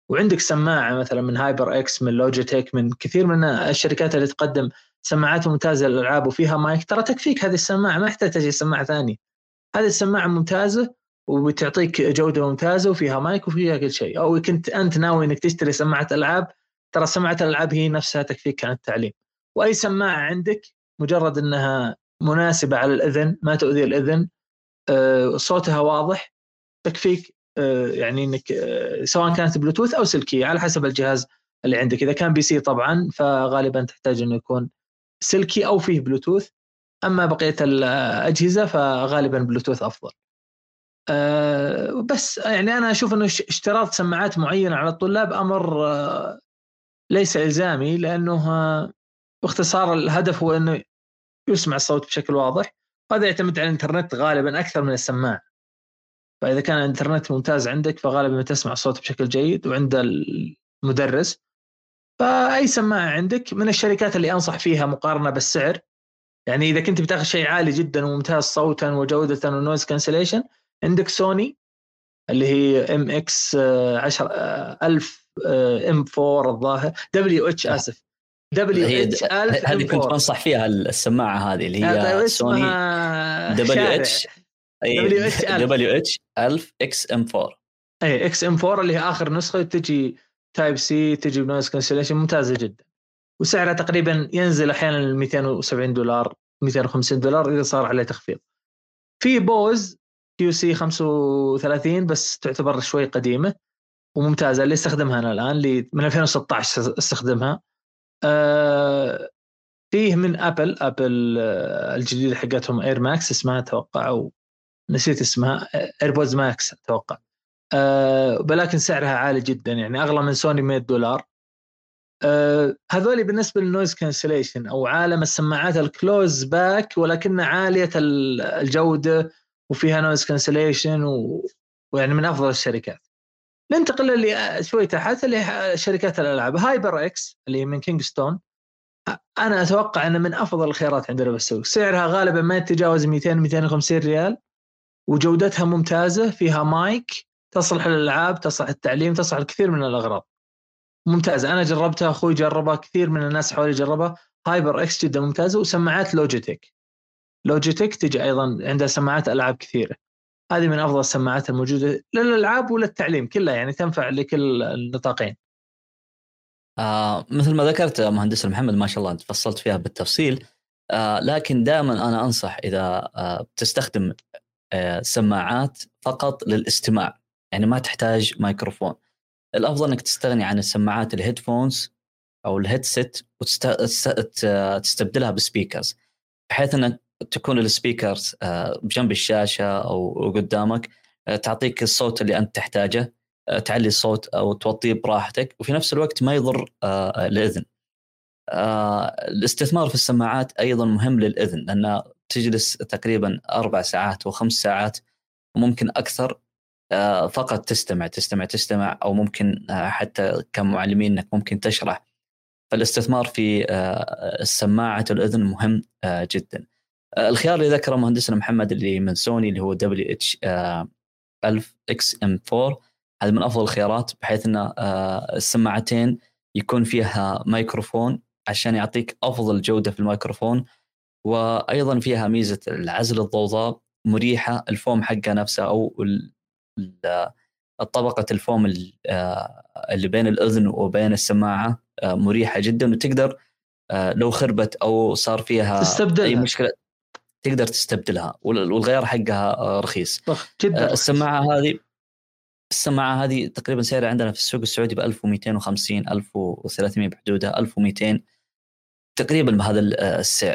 وعندك سماعة مثلا من هايبر إكس، من لوجيتيك، من كثير من الشركات اللي تقدم سماعات ممتازة للألعاب وفيها مايك، ترى تكفيك هذه السماعة، ما يحتاج تجي سماعة ثانية. هذه السماعة ممتازة وبتعطيك جودة ممتازة وفيها مايك وفيها كل شيء. أو كنت أنت ناوي إنك تشتري سماعة ألعاب، ترى سماعة الألعاب هي نفسها تكفيك عن التعليم. وأي سماعة عندك مجرد أنها مناسبة على الأذن، ما تؤذي الأذن، أه صوتها واضح، تكفيك. أه يعني إنك أه سواء كانت بلوتوث أو سلكية على حسب الجهاز اللي عندك. إذا كان بي سي طبعا فغالبا تحتاج إنه يكون سلكي أو فيه بلوتوث، أما بقية الأجهزة فغالبا بلوتوث أفضل. أه بس يعني أنا أشوف أنه اشتراط سماعات معينة على الطلاب أمر أه ليس إلزامي، لأنه أه باختصار الهدف هو أنه يسمع الصوت بشكل واضح، وهذا يعتمد على الإنترنت غالبا أكثر من السماعة. فإذا كان الإنترنت ممتاز عندك فغالبا تسمع الصوت بشكل جيد، وعند المدرس فأي سماعة عندك من الشركات اللي أنصح فيها مقارنة بالسعر. يعني إذا كنت بتاخذ شيء عالي جدا وممتاز صوتا وجودة ونويز كانسليشن، عندك سوني اللي هي ام اكس عشرة ألف ام فور الظاهر دبليو اتش اسف دبليو اتش ألف
هذه كنت بنصح فيها السماعة هذه اللي هي سوني دبليو اتش دبليو اتش ألف اكس ام فور.
اي اكس ام فور اللي هي آخر نسخة، تجي تايب سي، تجي بنويز كانسليشن ممتازة جدا، وسعرها تقريبا ينزل أحيانا ل مئتين وسبعين دولار مئتين وخمسين دولار إذا صار عليه تخفيض. في بوز كيو سي خمسة وثلاثين بس تعتبر شوي قديمة وممتازة، اللي استخدمها أنا الآن اللي من ألفين وستة عشر استخدمها. أه فيه من أبل أبل الجديدة حقتهم إير ماكس اسمها أتوقع، أو نسيت اسمها، إيربودز ماكس أتوقع. أه ولكن سعرها عالي جدا، يعني أغلى من سوني مئة دولار. أه هذولي بالنسبة للنويز كانسليشن أو عالم السماعات الكلوز باك، ولكنها عالية الجودة وفيها نويز كانسليشن و... ويعني من أفضل الشركات. ننتقل اللي شوي تحت اللي شركات الألعاب. هايبر إكس اللي من كينغستون، أنا أتوقع أنه من أفضل الخيارات عندنا بالسوق. سعرها غالبا ما يتجاوز مئتين مئتين وخمسين ريال، وجودتها ممتازة، فيها مايك، تصلح للألعاب، تصلح التعليم، تصلح الكثير من الأغراض، ممتازة. أنا جربتها، أخوي جربها، كثير من الناس حوالي جربها. هايبر إكس جدا ممتازة. وسماعات لوجيتيك لوجيتيك تجي أيضا عندها سماعات ألعاب كثيرة، هذه من أفضل السماعات الموجودة للألعاب وللتعليم كلها، يعني تنفع لكل النطاقين.
آه مثل ما ذكرت مهندس محمد، ما شاء الله أنت فصلت فيها بالتفصيل. آه لكن دائما أنا أنصح إذا آه بتستخدم آه سماعات فقط للاستماع، يعني ما تحتاج مايكروفون، الأفضل أنك تستغني عن السماعات الهيدفونز أو الهيدسيت وتستبدلها بسبيكرز، بحيث أن تكون السبيكرز بجنب الشاشة أو قدامك، تعطيك الصوت اللي أنت تحتاجه، تعلي الصوت أو توطيه براحتك، وفي نفس الوقت ما يضر الأذن. الاستثمار في السماعات أيضا مهم للأذن، لأن تجلس تقريبا أربع ساعات وخمس ساعات وممكن أكثر فقط تستمع تستمع تستمع أو ممكن حتى كمعلمين أنك ممكن تشرح. فالاستثمار في السماعة الأذن مهم جدا. الخيار اللي ذكره مهندسنا محمد اللي من سوني اللي هو دبليو اتش ألف إكس إم فور، هذا من أفضل الخيارات، بحيث أن السماعتين يكون فيها ميكروفون عشان يعطيك أفضل جودة في الميكروفون، وأيضا فيها ميزة العزل الضوضاء مريحة، الفوم حقها نفسها أو الطبقة الفوم اللي بين الأذن وبين السماعة مريحة جدا، وتقدر لو خربت أو صار فيها
تستبدلها.
أي مشكلة تقدر تستبدلها، والغيار حقها رخيص
جدا.
السماعة هذه السماعة هذه تقريبا سعرها عندنا في السوق السعودي بألف ومئتين وخمسين ألف وثلاثمئة بحدودها، ألف ومئتين تقريبا بهذا السعر.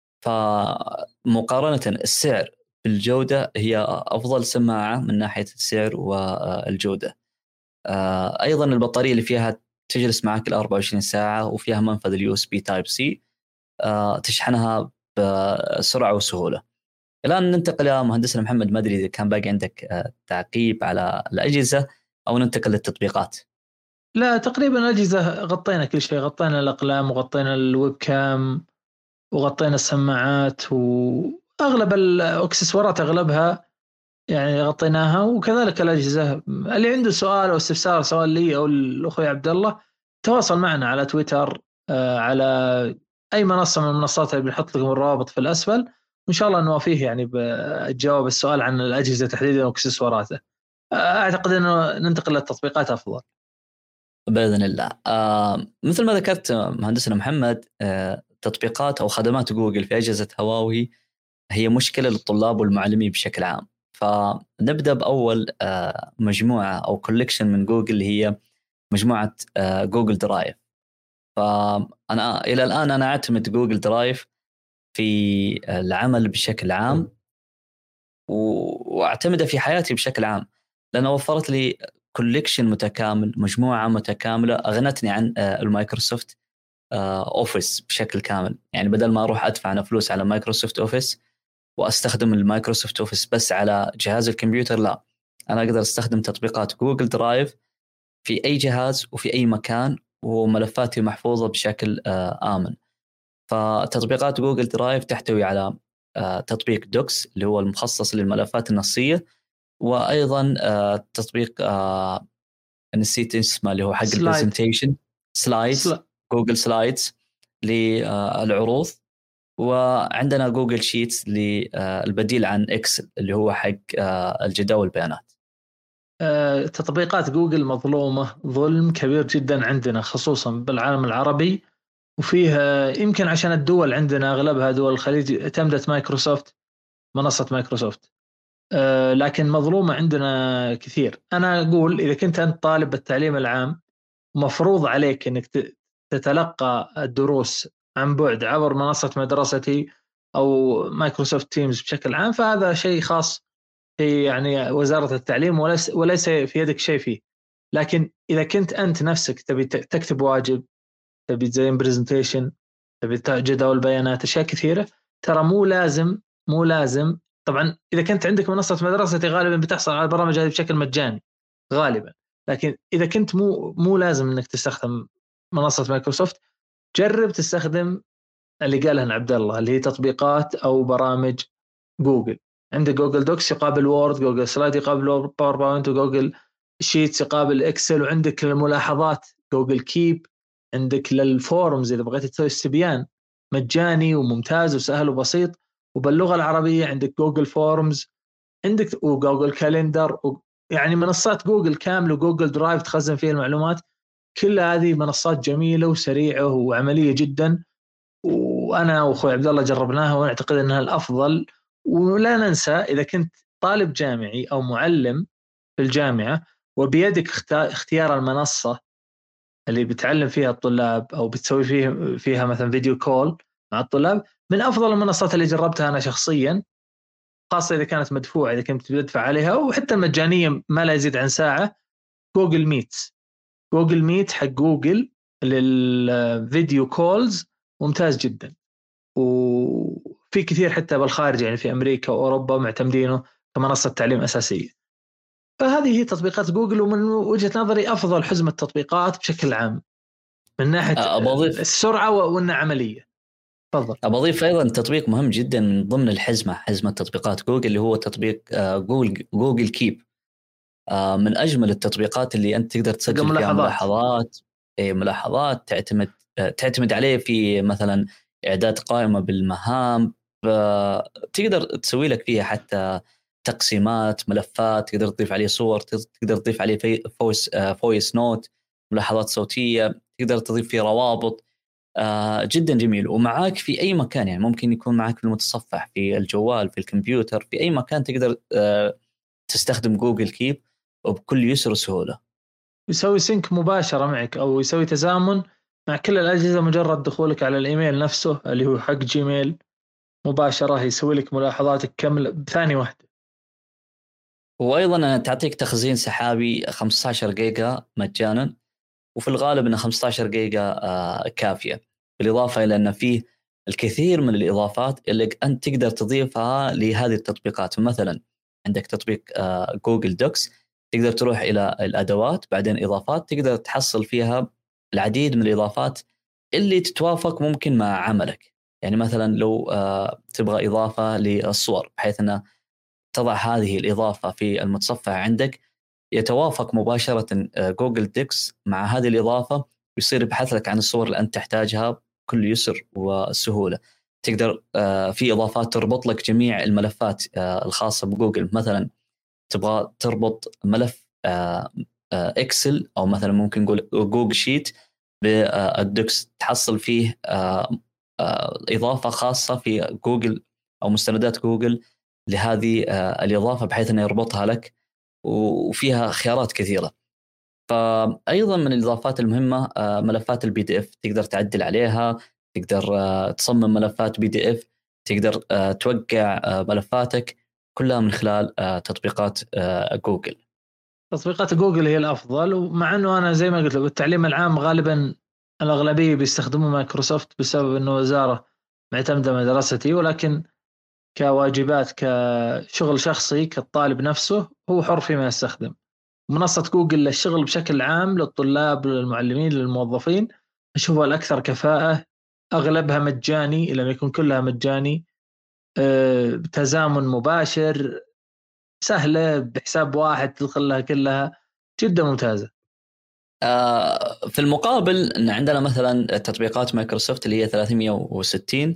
فمقارنة السعر بالجودة هي أفضل سماعة من ناحية السعر والجودة. أيضا البطارية اللي فيها تجلس معك الأربعة وعشرين ساعة، وفيها منفذ اليو اس بي تايب سي تشحنها بسرعة وسهولة. الآن ننتقل يا مهندسنا محمد، ما أدري إذا كان باقي عندك تعقيب على الأجهزة أو ننتقل للتطبيقات.
لا تقريبا الأجهزة غطينا كل شيء، غطينا الأقلام وغطينا الويب كام وغطينا السماعات، وأغلب الأكسسوارات أغلبها يعني غطيناها. وكذلك الأجهزة، اللي عنده سؤال أو استفسار سواء لي أو الأخوي عبد الله تواصل معنا على تويتر، على أي منصة من المنصات اللي بنحط لكم الروابط في الأسفل، وإن شاء الله نوافيه يعني بجواب السؤال عن الأجهزة تحديدا وإكسسواراته. أعتقد أنه ننتقل للتطبيقات أفضل
بإذن الله. آه مثل ما ذكرت مهندسنا محمد، آه تطبيقات أو خدمات جوجل في أجهزة هواوي هي مشكلة للطلاب والمعلمين بشكل عام. فنبدأ بأول آه مجموعة أو كوليكشن من جوجل اللي هي مجموعة آه جوجل درايف. فأنا إلى الآن أنا أعتمد جوجل درايف في العمل بشكل عام، واعتمدها في حياتي بشكل عام، لأنها وفرت لي كوليكشن متكامل، مجموعة متكاملة أغنتني عن المايكروسوفت أوفيس بشكل كامل. يعني بدل ما أروح أدفع أنا فلوس على مايكروسوفت أوفيس وأستخدم المايكروسوفت أوفيس بس على جهاز الكمبيوتر، لا، أنا أقدر أستخدم تطبيقات جوجل درايف في أي جهاز وفي أي مكان، وملفاتي محفوظة بشكل آمن. فتطبيقات جوجل درايف تحتوي على تطبيق دوكس اللي هو المخصص للملفات النصية، وأيضا تطبيق نسيت اسمه اللي هو حق البرزنتيشن، سلايدز، جوجل سلايدز للعروض. وعندنا جوجل شيتس للبديل عن إكسل اللي هو حق الجداول البيانات.
تطبيقات جوجل مظلومة ظلم كبير جدا عندنا، خصوصا بالعالم العربي، وفيها يمكن عشان الدول عندنا أغلبها دول الخليج اعتمدت مايكروسوفت، منصة مايكروسوفت، أه لكن مظلومة عندنا كثير. أنا أقول إذا كنت أنت طالب بالتعليم العام مفروض عليك أنك تتلقى الدروس عن بعد عبر منصة مدرستي أو مايكروسوفت تيمز بشكل عام، فهذا شيء خاص في يعني وزارة التعليم، وليس وليس في يدك شيء فيه. لكن إذا كنت أنت نفسك تبي تكتب واجب، تبي تزين برزنتيشن، تبي جداول بيانات، أشياء كثيرة، ترى مو لازم مو لازم طبعا إذا كنت عندك منصة مدرستي غالبا بتحصل على البرامج هذه بشكل مجاني غالبا، لكن إذا كنت مو مو لازم إنك تستخدم منصة مايكروسوفت، جرب تستخدم اللي قالها عبد الله اللي هي تطبيقات أو برامج جوجل. عندك جوجل دوكس يقابل وورد، جوجل سلايد يقابل باوربوينت، وجوجل شيتس يقابل اكسل، وعندك الملاحظات جوجل كيب، عندك للفورمز إذا بغيت تسوي استبيان مجاني وممتاز وسهل وبسيط وباللغة العربية، عندك جوجل فورمز، عندك وجوجل كالندر، يعني منصات جوجل كامل، وجوجل درايف تخزن فيها المعلومات. كل هذه منصات جميلة وسريعة وعملية جدا، وأنا وأخوي عبد الله جربناها ونعتقد أنها الأفضل. ولا ننسى إذا كنت طالب جامعي أو معلم في الجامعة وبيدك اختيار المنصة اللي بتعلم فيها الطلاب أو بتسوي فيه فيها مثلا فيديو كول مع الطلاب، من أفضل المنصات اللي جربتها أنا شخصيا، خاصة إذا كانت مدفوعة، إذا كنت تدفع عليها، وحتى المجانية ما لا يزيد عن ساعة. جوجل ميت جوجل ميت حق جوجل للفيديو كولز ممتاز جدا، وفي كثير حتى بالخارج يعني في أمريكا وأوروبا معتمدينه كمنصة تعليم أساسية. فهذه هي تطبيقات جوجل، ومن وجهة نظري أفضل حزمة تطبيقات بشكل عام من ناحية
أضيف
السرعة وأنها عملية. تفضل.
أضيف أيضا تطبيق مهم جدا من ضمن الحزمة، حزمة تطبيقات جوجل، اللي هو تطبيق جوجل جوجل كيب. من أجمل التطبيقات اللي أنت تقدر تسجل
ملاحظات.
فيها ملاحظات ملاحظات تعتمد تعتمد عليه في مثلا إعداد قائمة بالمهام، تقدر تسوي لك فيها حتى تقسيمات ملفات، تقدر تضيف عليه صور، تقدر تضيف عليه فويس فويس نوت، ملاحظات صوتية، تقدر تضيف فيه روابط. جدا جميل، ومعاك في أي مكان، يعني ممكن يكون معاك في المتصفح، في الجوال، في الكمبيوتر، في أي مكان تقدر تستخدم جوجل كيب وبكل يسر وسهولة.
يسوي سينك مباشرة معك أو يسوي تزامن مع كل الأجهزة، مجرد دخولك على الإيميل نفسه اللي هو حق جيميل مباشرة يسوي لك ملاحظاتك كاملة بثانية واحدة.
وأيضا تعطيك تخزين سحابي خمسة عشر جيجا مجانا، وفي الغالب أن خمسة عشر جيجا كافية، بالإضافة إلى أن فيه الكثير من الإضافات اللي أنت تقدر تضيفها لهذه التطبيقات. مثلا عندك تطبيق جوجل دوكس، تقدر تروح إلى الأدوات بعدين إضافات، تقدر تحصل فيها العديد من الإضافات اللي تتوافق ممكن مع عملك. يعني مثلا لو تبغى إضافة للصور بحيث أن تضع هذه الإضافة في المتصفح عندك يتوافق مباشرة جوجل ديكس مع هذه الإضافة، ويصير يبحث لك عن الصور اللي أنت تحتاجها بكل يسر وسهولة. تقدر في إضافات تربط لك جميع الملفات الخاصة بجوجل. مثلا تبغى تربط ملف إكسل أو مثلا ممكن نقول جوجل شيت بالدوكس، تحصل فيه إضافة خاصة في جوجل أو مستندات جوجل لهذه الإضافة بحيث أنه يربطها لك، وفيها خيارات كثيرة. فأيضا من الإضافات المهمة ملفات البي دي إف، تقدر تعدل عليها، تقدر تصمم ملفات بي دي إف، تقدر توقع ملفاتك، كلها من خلال تطبيقات جوجل.
تطبيقات جوجل هي الأفضل، ومع أنه أنا زي ما قلت لك بالتعليم العام غالبا الأغلبية بيستخدموا مايكروسوفت بسبب أنه وزارة معتمدة مدرستي، ولكن كواجبات كشغل شخصي كالطالب نفسه هو حر فيما يستخدم. منصة جوجل للشغل بشكل عام للطلاب للمعلمين للموظفين أشوفها الأكثر كفاءة، أغلبها مجاني إلى ما يكون كلها مجاني، أه تزامن مباشر، سهلة، بحساب واحد تدخل لها كلها، جدا ممتازة.
في المقابل أن عندنا مثلا تطبيقات مايكروسوفت اللي هي ثلاثمية وستين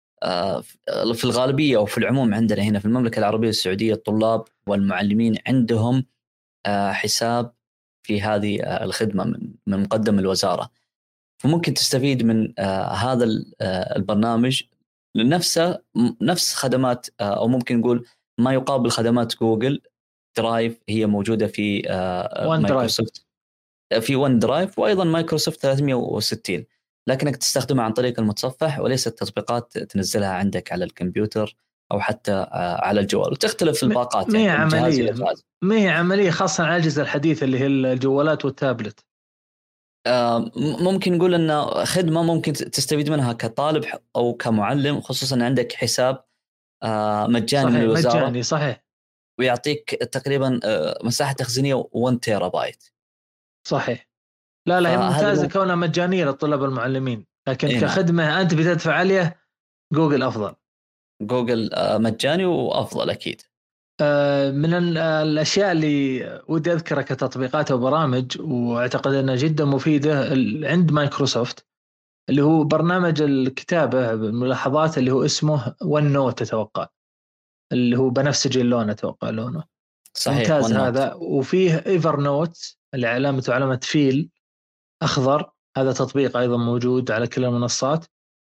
في الغالبية أو في العموم عندنا هنا في المملكة العربية السعودية الطلاب والمعلمين عندهم حساب في هذه الخدمة من مقدم الوزارة، فممكن تستفيد من هذا البرنامج لنفسه نفس خدمات أو ممكن نقول ما يقابل خدمات جوجل درايف هي موجودة في مايكروسوفت في ون درايف، وأيضا مايكروسوفت ثلاثمية وستين، لكنك تستخدمها عن طريق المتصفح وليست تطبيقات تنزلها عندك على الكمبيوتر أو حتى على الجوال، وتختلف الباقات
يعني
من جهاز إلى جهاز.
ما هي عملية خاصة على الأجهزة الحديثة اللي هي الجوالات والتابلت.
ممكن نقول أن خدمة ممكن تستفيد منها كطالب أو كمعلم، خصوصا أن عندك حساب مجاني من الوزارة.
مجاني صحيح،
ويعطيك تقريبا مساحة تخزينية واحد تيرا بايت.
صحيح. لا لا هي ممتازة
مم...
كونها مجانية للطلاب والمعلمين، لكن
إيه
كخدمة
نعم.
أنت بتدفع عليها جوجل أفضل.
جوجل مجاني وأفضل أكيد.
من الأشياء اللي ودي أذكرها كتطبيقات وبرامج وأعتقد أنها جدا مفيدة عند مايكروسوفت، اللي هو برنامج الكتابة بالملاحظات اللي هو اسمه ون نوت، أتوقع اللي هو بنفسجي اللون، أتوقع لونه
صحيح
ممتاز هذا. وفيه إيفر نوت اللي علامته علامة فيل أخضر، هذا تطبيق أيضا موجود على كل المنصات.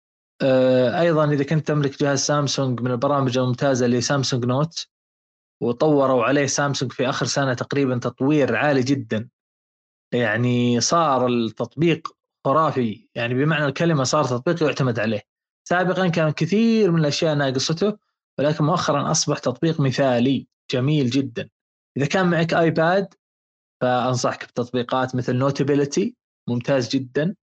أيضا إذا كنت تملك جهاز سامسونج، من البرامج الممتازة اللي سامسونج نوت، وطوروا عليه سامسونج في آخر سنة تقريبا تطوير عالي جدا، يعني صار التطبيق خرافي، يعني بمعنى الكلمة صار تطبيق يعتمد عليه. سابقا كان كثير من الأشياء ناقصته، ولكن مؤخرا أصبح تطبيق مثالي جميل جدا. إذا كان معك آيباد فأنصحك بتطبيقات مثل نوتابيلتي، ممتاز جدا.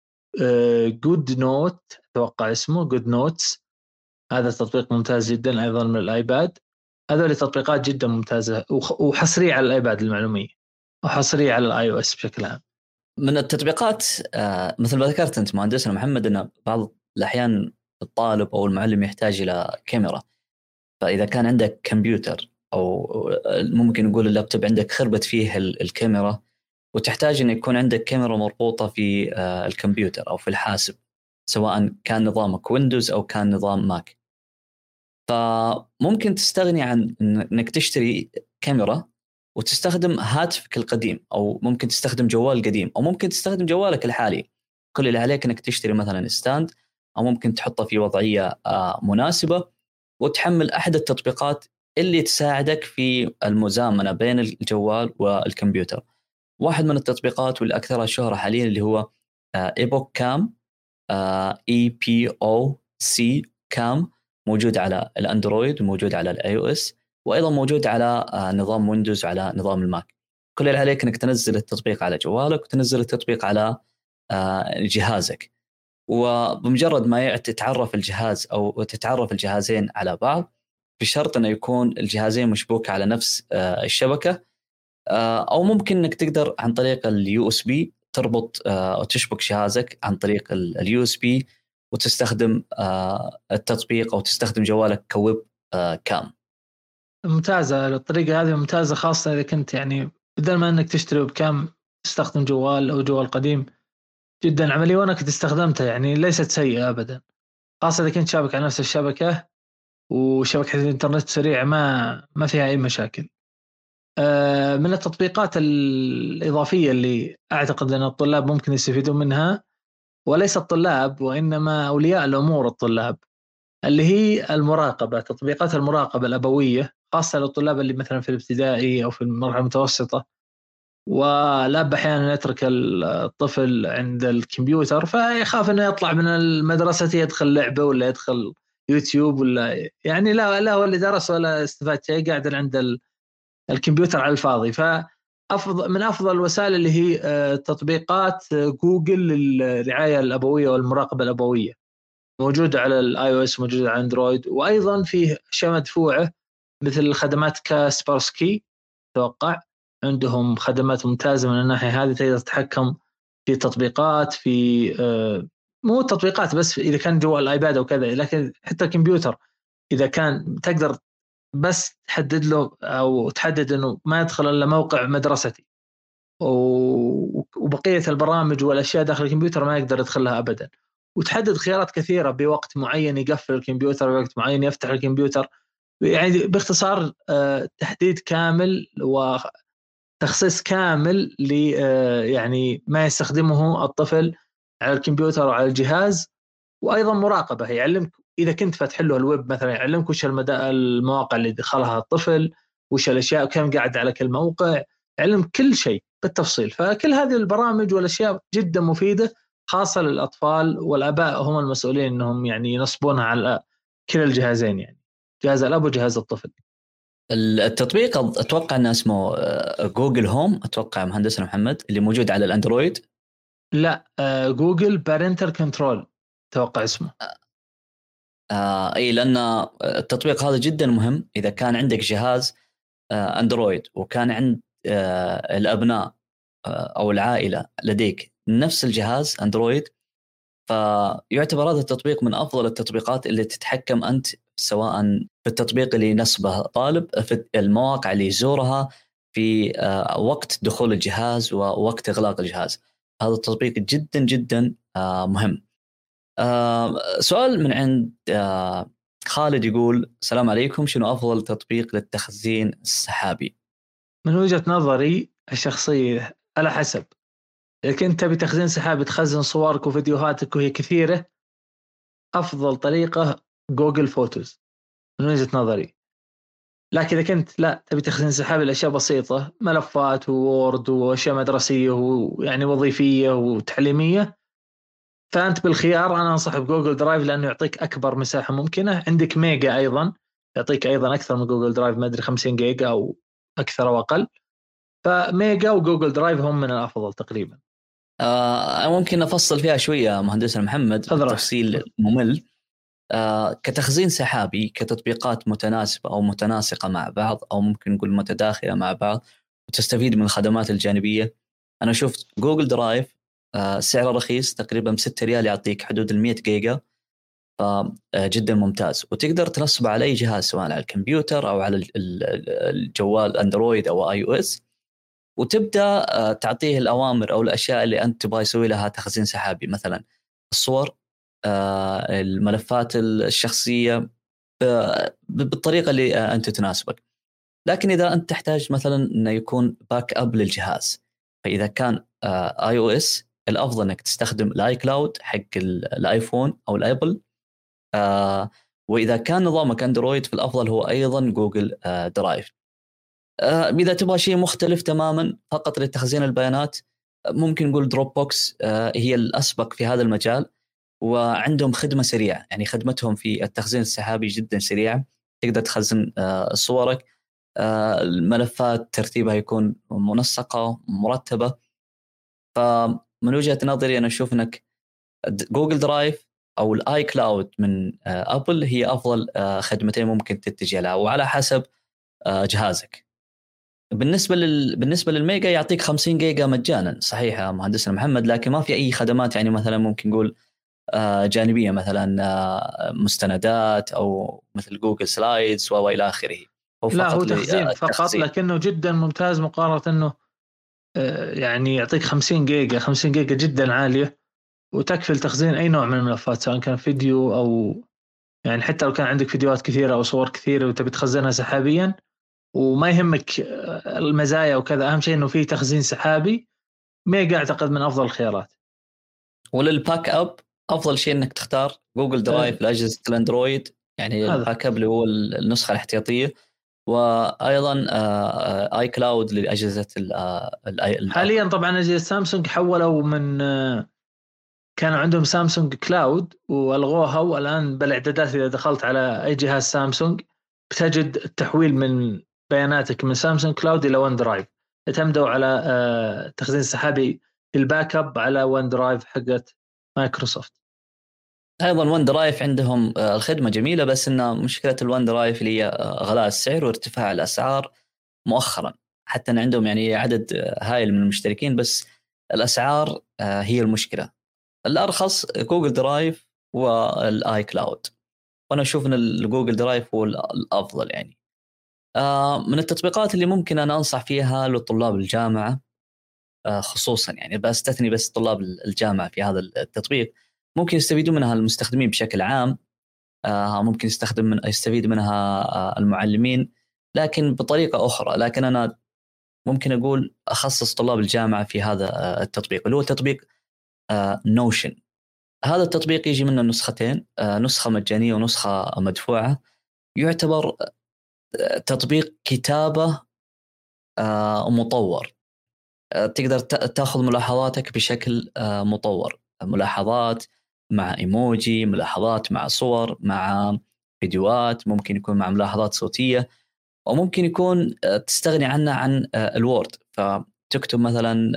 جود نوت أتوقع اسمه جود نوتس، هذا تطبيق ممتاز جدا أيضا من الآيباد. هذول تطبيقات جدا ممتازة وحصرية على الآيباد المعلومية، وحصرية على الآي أو إس بشكل عام.
من التطبيقات مثل ما ذكرت أنت مهندسنا محمد أن بعض الأحيان الطالب أو المعلم يحتاج إلى كاميرا، فإذا كان عندك كمبيوتر أو ممكن نقول اللابتوب عندك خربت فيه الكاميرا، وتحتاج أن يكون عندك كاميرا مربوطة في الكمبيوتر أو في الحاسب، سواء كان نظامك ويندوز أو كان نظام ماك، فممكن تستغني عن أنك تشتري كاميرا وتستخدم هاتفك القديم، أو ممكن تستخدم جوال قديم، أو ممكن تستخدم جوالك الحالي. كل اللي عليك أنك تشتري مثلا ستاند، أو ممكن تحطه في وضعية مناسبة، وتحمل أحد التطبيقات اللي تساعدك في المزامنة بين الجوال والكمبيوتر. واحد من التطبيقات واللي أكثرها شهرة حاليا اللي هو إيبوك كام، إي بي أو سي كام، موجود على الأندرويد وموجود على الآي أو إس، وأيضا موجود على نظام ويندوز وعلى نظام الماك. كل اللي عليك أنك تنزل التطبيق على جوالك وتنزل التطبيق على جهازك، وبمجرد ما تتعرف الجهاز أو تتعرف الجهازين على بعض، بشرط أنه يكون الجهازين مشبوك على نفس الشبكة، أو ممكن أنك تقدر عن طريق اليو اس بي تربط أو تشبك جهازك عن طريق اليو اس بي وتستخدم التطبيق أو تستخدم جوالك كويب كام.
ممتازة الطريقة هذه، ممتازة خاصة إذا كنت يعني بدل ما أنك تشتري بكام تستخدم جوال أو جوال قديم، جدا عملي، وأنا كنت استخدمتها يعني ليست سيئة أبدا، خاصة إذا كنت شابك على نفس الشبكة وشبكة الإنترنت سريعة ما ما فيها أي مشاكل. من التطبيقات الإضافية اللي أعتقد أن الطلاب ممكن يستفيدون منها، وليس الطلاب وإنما أولياء الأمور الطلاب، اللي هي المراقبة، تطبيقات المراقبة الأبوية، خاصة للطلاب اللي مثلا في الابتدائي أو في المرحلة المتوسطة، والأب أحيانا يترك الطفل عند الكمبيوتر فيخاف أنه يطلع من المدرسة يدخل لعبة ولا يدخل يوتيوب ولا يعني لا لا هو اللي درس ولا استفاد شيء، قاعد عند الكمبيوتر على الفاضي. فأفضل من أفضل الوسائل اللي هي تطبيقات جوجل للرعاية الأبوية والمراقبة الأبوية، موجودة على الاي او اس، موجودة على اندرويد، وايضا فيه اشياء مدفوعة مثل خدمات كاسبرسكي، اتوقع عندهم خدمات ممتازة من الناحية هذه، تقدر تتحكم في تطبيقات، في آه مو تطبيقات بس اذا كان جوال الايباد او كذا، لكن حتى الكمبيوتر اذا كان تقدر بس تحدد له او تحدد انه ما يدخل الا موقع مدرستي، وبقية البرامج والاشياء داخل الكمبيوتر ما يقدر يدخلها ابدا، وتحدد خيارات كثيرة بوقت معين يقفل الكمبيوتر، بوقت معين يفتح الكمبيوتر، يعني باختصار تحديد كامل وتخصيص كامل ل يعني ما يستخدمه الطفل على الكمبيوتر وعلى الجهاز. وأيضا مراقبة، يعلمك إذا كنت فتح له الويب مثلا، يعلمك وش المواقع اللي دخلها الطفل، وش الأشياء، كم قاعد على كل موقع، يعلم كل شيء بالتفصيل. فكل هذه البرامج والأشياء جدا مفيدة، خاصة للأطفال، والآباء هم المسؤولين أنهم يعني ينصبونها على كلا الجهازين، يعني جهاز الأب وجهاز الطفل.
التطبيق أتوقع أنه اسمه جوجل هوم، أتوقع مهندسنا محمد، اللي موجود على الأندرويد.
لا، جوجل بارنتال كنترول أتوقع اسمه.
آه أي، لأن التطبيق هذا جدا مهم. إذا كان عندك جهاز آه أندرويد وكان عند آه الأبناء آه أو العائلة لديك نفس الجهاز أندرويد، فيعتبر هذا التطبيق من أفضل التطبيقات اللي تتحكم أنت سواء في التطبيق اللي يناسبه طالب، في المواقع اللي يزورها، في آه وقت دخول الجهاز ووقت إغلاق الجهاز. هذا التطبيق جدا جدا آه مهم. آه سؤال من عند آه خالد يقول: السلام عليكم، شنو أفضل تطبيق للتخزين السحابي؟
من وجهة نظري الشخصية على حسب، إذا كنت تبي تخزين سحابي تخزن صورك وفيديوهاتك وهي كثيرة، أفضل طريقة جوجل فوتوز من وجهة نظري. لكن إذا كنت لا تبي تخزين سحابي الأشياء بسيطة، ملفات وورد وأشياء مدرسية ويعني وظيفية وتعليمية، فأنت بالخيار أنا أنصح بجوجل درايف، لأنه يعطيك أكبر مساحة ممكنة. عندك ميجا أيضا يعطيك أيضا أكثر من جوجل درايف، ما أدري خمسين جيجا أو أكثر أو أقل، فميجا وجوجل درايف هم من الأفضل تقريبا.
آه ممكن أفصل فيها شوية مهندسنا محمد، تفصيل ممل. آه كتخزين سحابي، كتطبيقات متناسبة أو متناسقة مع بعض، أو ممكن نقول متداخلة مع بعض وتستفيد من الخدمات الجانبية، أنا شفت جوجل درايف آه سعره رخيص، تقريبا ستة ريال يعطيك حدود المية جيجا، فجدا ممتاز، وتقدر تنصبه على أي جهاز سواء على الكمبيوتر أو على الجوال أندرويد أو آي أو إس، وتبدأ تعطيه الأوامر أو الأشياء اللي أنت تبغى يسوي لها تخزين سحابي، مثلا الصور، الملفات الشخصية، بالطريقة اللي أنت تناسبك. لكن إذا أنت تحتاج مثلا أنه يكون باك أب للجهاز، فإذا كان آي أو إس الأفضل أنك تستخدم الآي كلاود حق الآيفون أو الآيبل، وإذا كان نظامك أندرويد فالأفضل هو أيضا جوجل درايف. إذا تبغى شيء مختلف تماما فقط لتخزين البيانات، ممكن نقول دروب بوكس هي الأسبق في هذا المجال، وعندهم خدمة سريعة، يعني خدمتهم في التخزين السحابي جدا سريعة، تقدر تخزن صورك، الملفات ترتيبها يكون منسقة مرتبة. فمن وجهة نظري أنا أشوف أنك جوجل درايف أو الآي كلاود من أبل هي أفضل خدمتين ممكن تتجه لها، وعلى حسب جهازك. بالنسبة لل... بالنسبة للميجا يعطيك خمسين جيجا مجانا، صحيح يا مهندسنا محمد، لكن ما في أي خدمات، يعني مثلا ممكن نقول جانبية، مثلا مستندات أو مثل جوجل سلايدز وإلى آخره.
لا هو تخزين فقط، لكنه جدا ممتاز مقارنة انه يعني يعطيك خمسين جيجا. خمسين جيجا جدا عالية وتكفي لتخزين اي نوع من الملفات، سواء كان فيديو او يعني حتى لو كان عندك فيديوهات كثيرة او صور كثيرة وتبي تخزنها سحابيا وما يهمك المزايا وكذا، اهم شيء انه فيه تخزين سحابي. ميجا اعتقد من افضل الخيارات.
وللباك اب افضل شيء انك تختار جوجل درايف لاجهزه الاندرويد، يعني الباك اب اللي هو النسخه الاحتياطيه، وايضا اي كلاود لاجهزه ال
حاليا. طبعا اجهزه سامسونج حولوا من كانوا عندهم سامسونج كلاود والغوها، والان بالاعدادات اذا دخلت على اي جهاز سامسونج بتجد التحويل من بياناتك من سامسونج كلاود الى ون درايف. اعتمدوا على تخزين سحابي الباك اب على ون درايف حقت مايكروسوفت.
ايضا ون درايف عندهم الخدمه جميله، بس ان مشكله الون درايف اللي هي غلاء السعر وارتفاع الاسعار مؤخرا، حتى ان عندهم يعني عدد هائل من المشتركين، بس الاسعار هي المشكله. الارخص جوجل درايف والاي كلاود، وانا اشوف ان الجوجل درايف هو الافضل. يعني من التطبيقات اللي ممكن انا انصح فيها لطلاب الجامعه خصوصا، يعني بستثني بس طلاب الجامعه في هذا التطبيق، ممكن يستفيدوا منها المستخدمين بشكل عام، ممكن يستخدم من يستفيد منها المعلمين لكن بطريقه اخرى. لكن انا ممكن اقول اخصص طلاب الجامعه في هذا التطبيق اللي هو تطبيق نوشن. هذا التطبيق يجي منه نسختين، نسخه مجانيه ونسخه مدفوعه. يعتبر تطبيق كتابه مطور، تقدر تاخذ ملاحظاتك بشكل مطور، ملاحظات مع ايموجي، ملاحظات مع صور، مع فيديوهات، ممكن يكون مع ملاحظات صوتيه، وممكن يكون تستغني عنها عن الوورد، فتكتب مثلا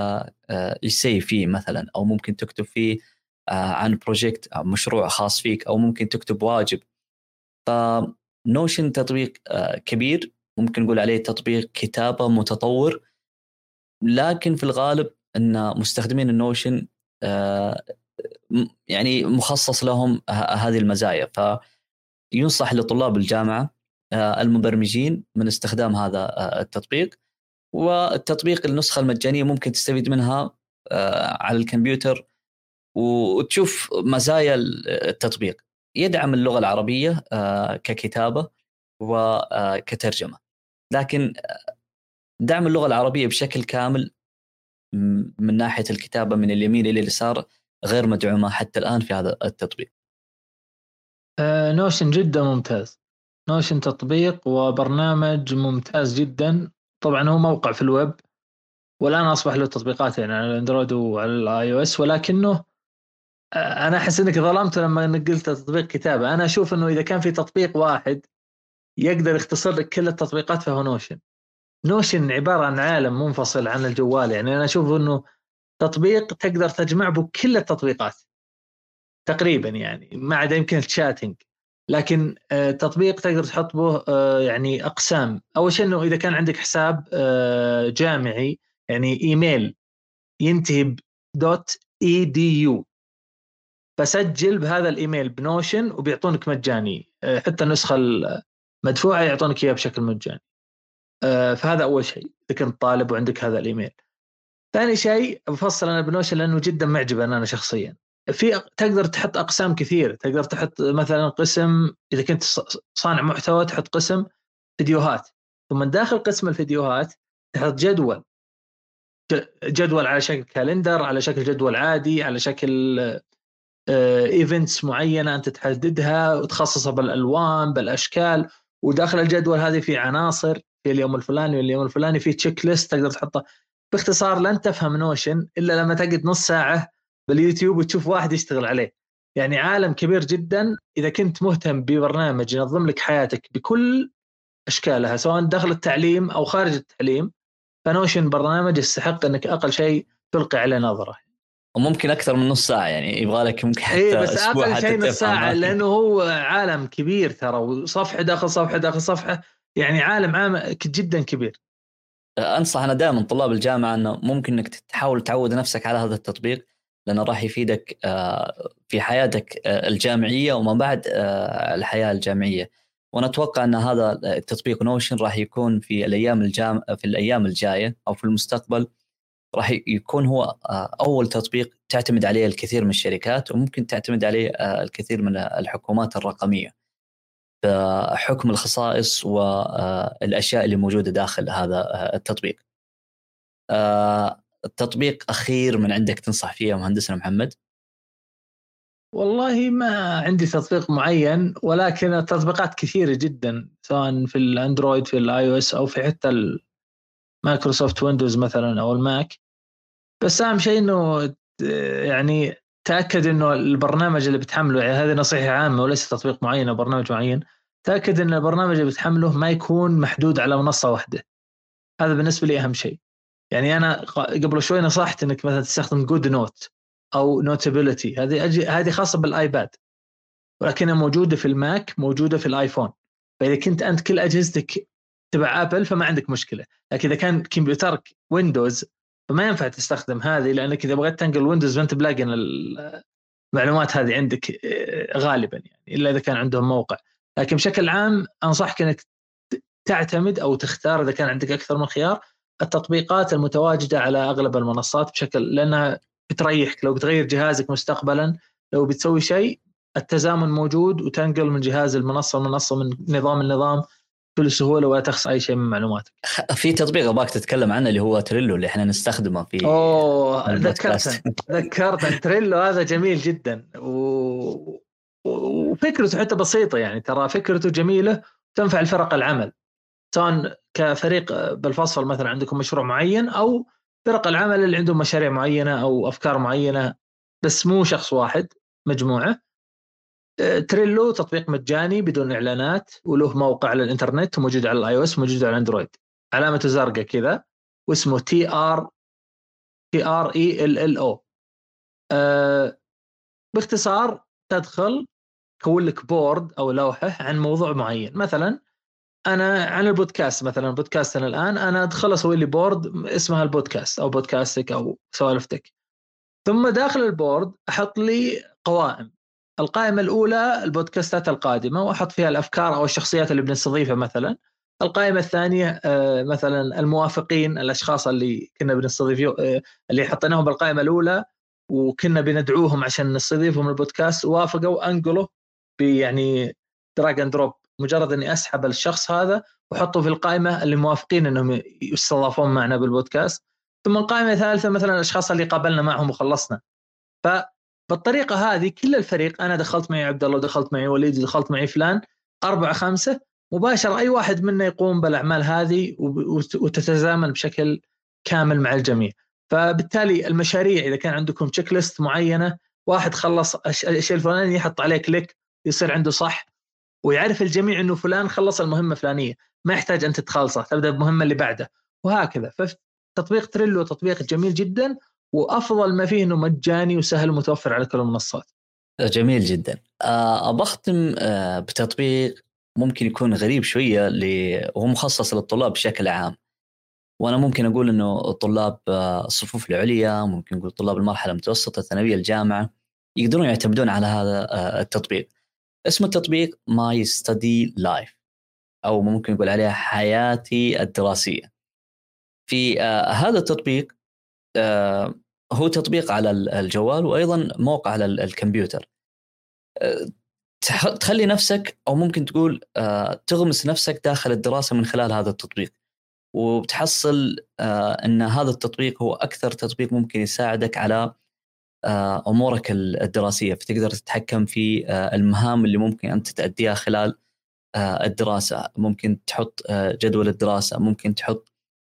إيساي فيه مثلا، او ممكن تكتب فيه عن بروجكت أو مشروع خاص فيك، او ممكن تكتب واجب. فنوشن تطبيق كبير، ممكن نقول عليه تطبيق كتابه متطور، لكن في الغالب ان مستخدمين النوشن يعني مخصص لهم هذه المزايا، فينصح لطلاب الجامعه المبرمجين من استخدام هذا التطبيق. والتطبيق النسخه المجانيه ممكن تستفيد منها على الكمبيوتر وتشوف مزايا التطبيق. يدعم اللغه العربيه ككتابه وكترجمه، لكن دعم اللغه العربيه بشكل كامل من ناحيه الكتابه من اليمين الى اليسار غير مدعومه حتى الان في هذا التطبيق.
نوشن جدا ممتاز. نوشن تطبيق وبرنامج ممتاز جدا. طبعا هو موقع في الويب، والآن أصبح له تطبيقات يعني على الأندرويد وعلى الآي أو إس، ولكنه أنا أحس إنك ظلمت لما نقلت تطبيق كتابة. أنا أشوف إنه إذا كان في تطبيق واحد يقدر يختصر لك كل التطبيقات فهو نوشن. نوشن عبارة عن عالم منفصل عن الجوال، يعني أنا أشوف إنه تطبيق تقدر تجمع به كل التطبيقات تقريبا، يعني ما عدا يمكن الشاتنج، لكن تطبيق تقدر تحط به يعني أقسام. أول شيء إنه إذا كان عندك حساب جامعي يعني إيميل ينتهي بدوت إي دي يو، فسجل بهذا الإيميل بنوشن وبيعطونك مجاني، حتى النسخة المدفوعة يعطونك إياها بشكل مجاني. فهذا أول شيء إذا كنت طالب وعندك هذا الإيميل. ثاني شيء بفصل أنا بنوشن لأنه جدا معجب أنا شخصيا. في تقدر تحط أقسام كثير، تقدر تحط مثلا قسم إذا كنت صانع محتوى تحط قسم فيديوهات، ثم داخل قسم الفيديوهات تحط جدول جدول على شكل كالندر، على شكل جدول عادي، على شكل ايفنتس معينة أنت تحددها وتخصصها بالألوان بالأشكال. وداخل الجدول هذه في عناصر، في اليوم الفلاني واليوم الفلاني، في تشيك ليست تقدر تحطها. باختصار لن تفهم نوشن إلا لما تقعد نص ساعة باليوتيوب وتشوف واحد يشتغل عليه. يعني عالم كبير جدا. إذا كنت مهتم ببرنامج ينظم لك حياتك بكل أشكالها سواء داخل التعليم أو خارج التعليم، فنوشن برنامج يستحق أنك أقل شيء تلقي عليه نظرة.
وممكن أكثر من نص ساعة، يعني يبغى لك ممكن حتى
إيه بس
أسبوع
أقل
حتى
شيء نص
تفهم،
ساعة، لأنه هو عالم كبير ترى، وصفحة داخل صفحة داخل صفحة، يعني عالم عام جدا كبير.
أنصح أنا دائما طلاب الجامعة أنه ممكن أنك تحاول تعود نفسك على هذا التطبيق، لأنه راح يفيدك في حياتك الجامعية وما بعد الحياة الجامعية. وانا اتوقع ان هذا التطبيق نوشن راح يكون في الايام الجام في الايام الجايه او في المستقبل راح يكون هو اول تطبيق تعتمد عليه الكثير من الشركات، وممكن تعتمد عليه الكثير من الحكومات الرقميه بحكم الخصائص والاشياء اللي موجوده داخل هذا التطبيق. التطبيق اخير من عندك تنصح فيه مهندسنا محمد؟
والله ما عندي تطبيق معين، ولكن التطبيقات كثيرة جدا سواء في الأندرويد في الآي أو إس أو في حتى المايكروسوفت ويندوز مثلا أو الماك. بس أهم شيء إنه يعني تأكد إنه البرنامج اللي بتحمله، يعني هذه نصيحة عامة وليس تطبيق معين أو برنامج معين، تأكد إن البرنامج اللي بتحمله ما يكون محدود على منصة واحدة. هذا بالنسبة لي أهم شيء. يعني أنا قبل شوي نصحت إنك مثلا تستخدم جود نوت أو نوتابيلتي، هذه هذه خاصة بالآيباد، ولكنها موجودة في الماك، موجودة في الآيفون. فإذا كنت أنت كل أجهزتك تبع أبل فما عندك مشكلة، لكن إذا كان كمبيوترك ويندوز فما ينفع تستخدم هذه، لأنك إذا بغيت تنقل ويندوز فأنت بلاقي أن المعلومات هذه عندك غالبا، يعني إلا إذا كان عندهم موقع. لكن بشكل عام أنصحك أنك تعتمد أو تختار إذا كان عندك أكثر من خيار التطبيقات المتواجدة على أغلب المنصات، بشكل لأنها بتريحك لو بتغير جهازك مستقبلا، لو بتسوي شيء التزامن موجود وتنقل من جهاز المنصة المنصة من نظام النظام بكل سهولة ولا تخسر أي شيء من معلوماتك.
في تطبيق أباك تتكلم عنه اللي هو تريلو اللي احنا نستخدمه في
أوه ذكرت ذكرت تريلو هذا جميل جدا و... وفكرته حتى بسيطة، يعني ترى فكرته جميلة تنفع الفرق العمل، سواء كفريق بالفصل مثلا عندكم مشروع معين أو فرق العمل اللي عندهم مشاريع معينة أو أفكار معينة، بس مو شخص واحد، مجموعة. تريلو تطبيق مجاني بدون إعلانات، وله موقع على الإنترنت وموجود على الآي أو إس وموجود على الأندرويد، علامة زرقاء كذا واسمه تي آر تي آر إي إل إل أو. باختصار تدخل تكون لك بورد أو لوحة عن موضوع معين، مثلا أنا عن البودكاست، مثلا بودكاستنا الآن أنا أدخل أسوي لي بورد اسمها البودكاست أو بودكاستك أو سوالفتك، ثم داخل البورد أحط لي قوائم. القائمة الأولى البودكاستات القادمة وأحط فيها الأفكار أو الشخصيات اللي بنستضيفها مثلا. القائمة الثانية مثلا الموافقين، الأشخاص اللي كنا بنستضيفهم اللي حطيناهم بالقائمة الأولى وكنا بندعوهم عشان نستضيفهم البودكاست ووافقوا، أنقله يعني دراج اند دروب، مجرد أني أسحب الشخص هذا وحطه في القائمة اللي موافقين أنهم يستضافون معنا بالبودكاست. ثم القائمة الثالثة مثلا الأشخاص اللي قابلنا معهم وخلصنا. فبالطريقة هذه كل الفريق، أنا دخلت معي عبد الله ودخلت معي وليد ودخلت معي فلان، أربعة خمسة مباشرة أي واحد منا يقوم بالأعمال هذه وتتزامن بشكل كامل مع الجميع. فبالتالي المشاريع إذا كان عندكم تشيك ليست معينة، واحد خلص الشيء الفلاني يحط عليه كليك يصير عنده صح، ويعرف الجميع أنه فلان خلص المهمة الفلانية، ما يحتاج أنت تخلصه، تبدأ بمهمة اللي بعده وهكذا. فتطبيق تريلو تطبيق جميل جدا، وأفضل ما فيه أنه مجاني وسهل ومتوفر على كل المنصات.
جميل جدا. أبختم بتطبيق ممكن يكون غريب شوية وهو مخصص للطلاب بشكل عام، وأنا ممكن أقول أنه طلاب الصفوف العليا، ممكن نقول طلاب المرحلة المتوسطة الثانوية الجامعة يقدرون يعتمدون على هذا التطبيق. اسم التطبيق My Study Life، أو ممكن نقول عليها حياتي الدراسية. في آه هذا التطبيق آه هو تطبيق على الجوال وأيضا موقع على الكمبيوتر. آه تخلي نفسك أو ممكن تقول آه تغمس نفسك داخل الدراسة من خلال هذا التطبيق، وبتحصل آه أن هذا التطبيق هو أكثر تطبيق ممكن يساعدك على آه أمورك الدراسية، فتقدر تتحكم في آه المهام اللي ممكن أنت تأديها خلال آه الدراسة. ممكن تحط آه جدول الدراسة، ممكن تحط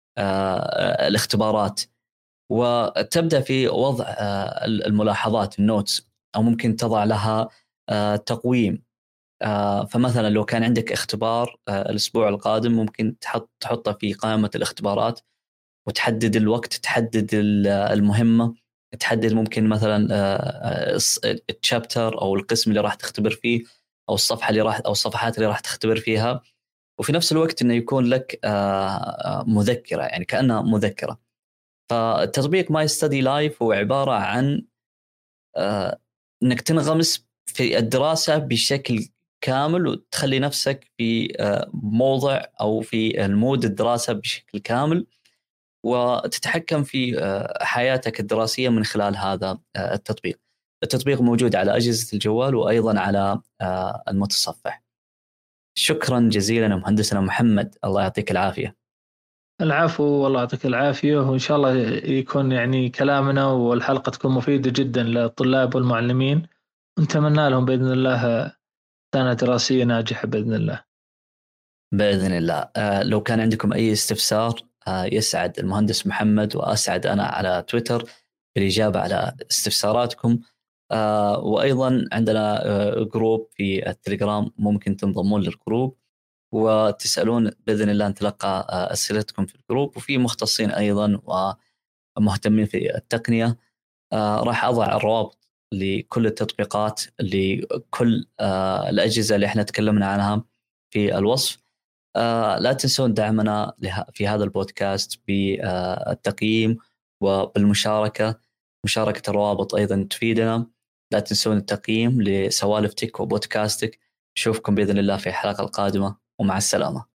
آه الاختبارات، وتبدأ في وضع آه الملاحظات النوتس، أو ممكن تضع لها آه تقويم. آه فمثلا لو كان عندك اختبار آه الأسبوع القادم، ممكن تحط تحطه في قائمة الاختبارات وتحدد الوقت، تحدد المهمة، تحدد ممكن مثلا الشابتر أو القسم اللي راح تختبر فيه، أو الصفحة اللي راح أو الصفحات اللي راح تختبر فيها، وفي نفس الوقت إنه يكون لك مذكرة، يعني كأنها مذكرة. فالتطبيق My Study Life هو عبارة عن إنك تنغمس في الدراسة بشكل كامل وتخلي نفسك في موضع أو في المود الدراسة بشكل كامل، وتتحكم في حياتك الدراسية من خلال هذا التطبيق. التطبيق موجود على أجهزة الجوال وأيضا على المتصفح. شكرا جزيلا مهندسنا محمد، الله يعطيك العافية.
العفو، والله يعطيك العافية، وإن شاء الله يكون يعني كلامنا والحلقة تكون مفيدة جدا للطلاب والمعلمين، ونتمنى لهم بإذن الله سنة دراسية ناجحة بإذن الله.
بإذن الله. آه لو كان عندكم أي استفسار آه يسعد المهندس محمد وأسعد أنا على تويتر بالإجابة على استفساراتكم. آه وأيضا عندنا آه جروب في التليجرام، ممكن تنضمون للجروب وتسألون، بإذن الله نتلقى آه أسئلتكم في الجروب. وفي مختصين أيضا ومهتمين في التقنية. آه راح أضع الروابط لكل التطبيقات لكل آه الأجهزة اللي احنا تكلمنا عنها في الوصف. آه لا تنسون دعمنا في هذا البودكاست بالتقييم وبالمشاركة. مشاركة الروابط أيضا تفيدنا. لا تنسون التقييم لسوالف تك وبودكاستك. نشوفكم بإذن الله في الحلقة القادمة، ومع السلامة.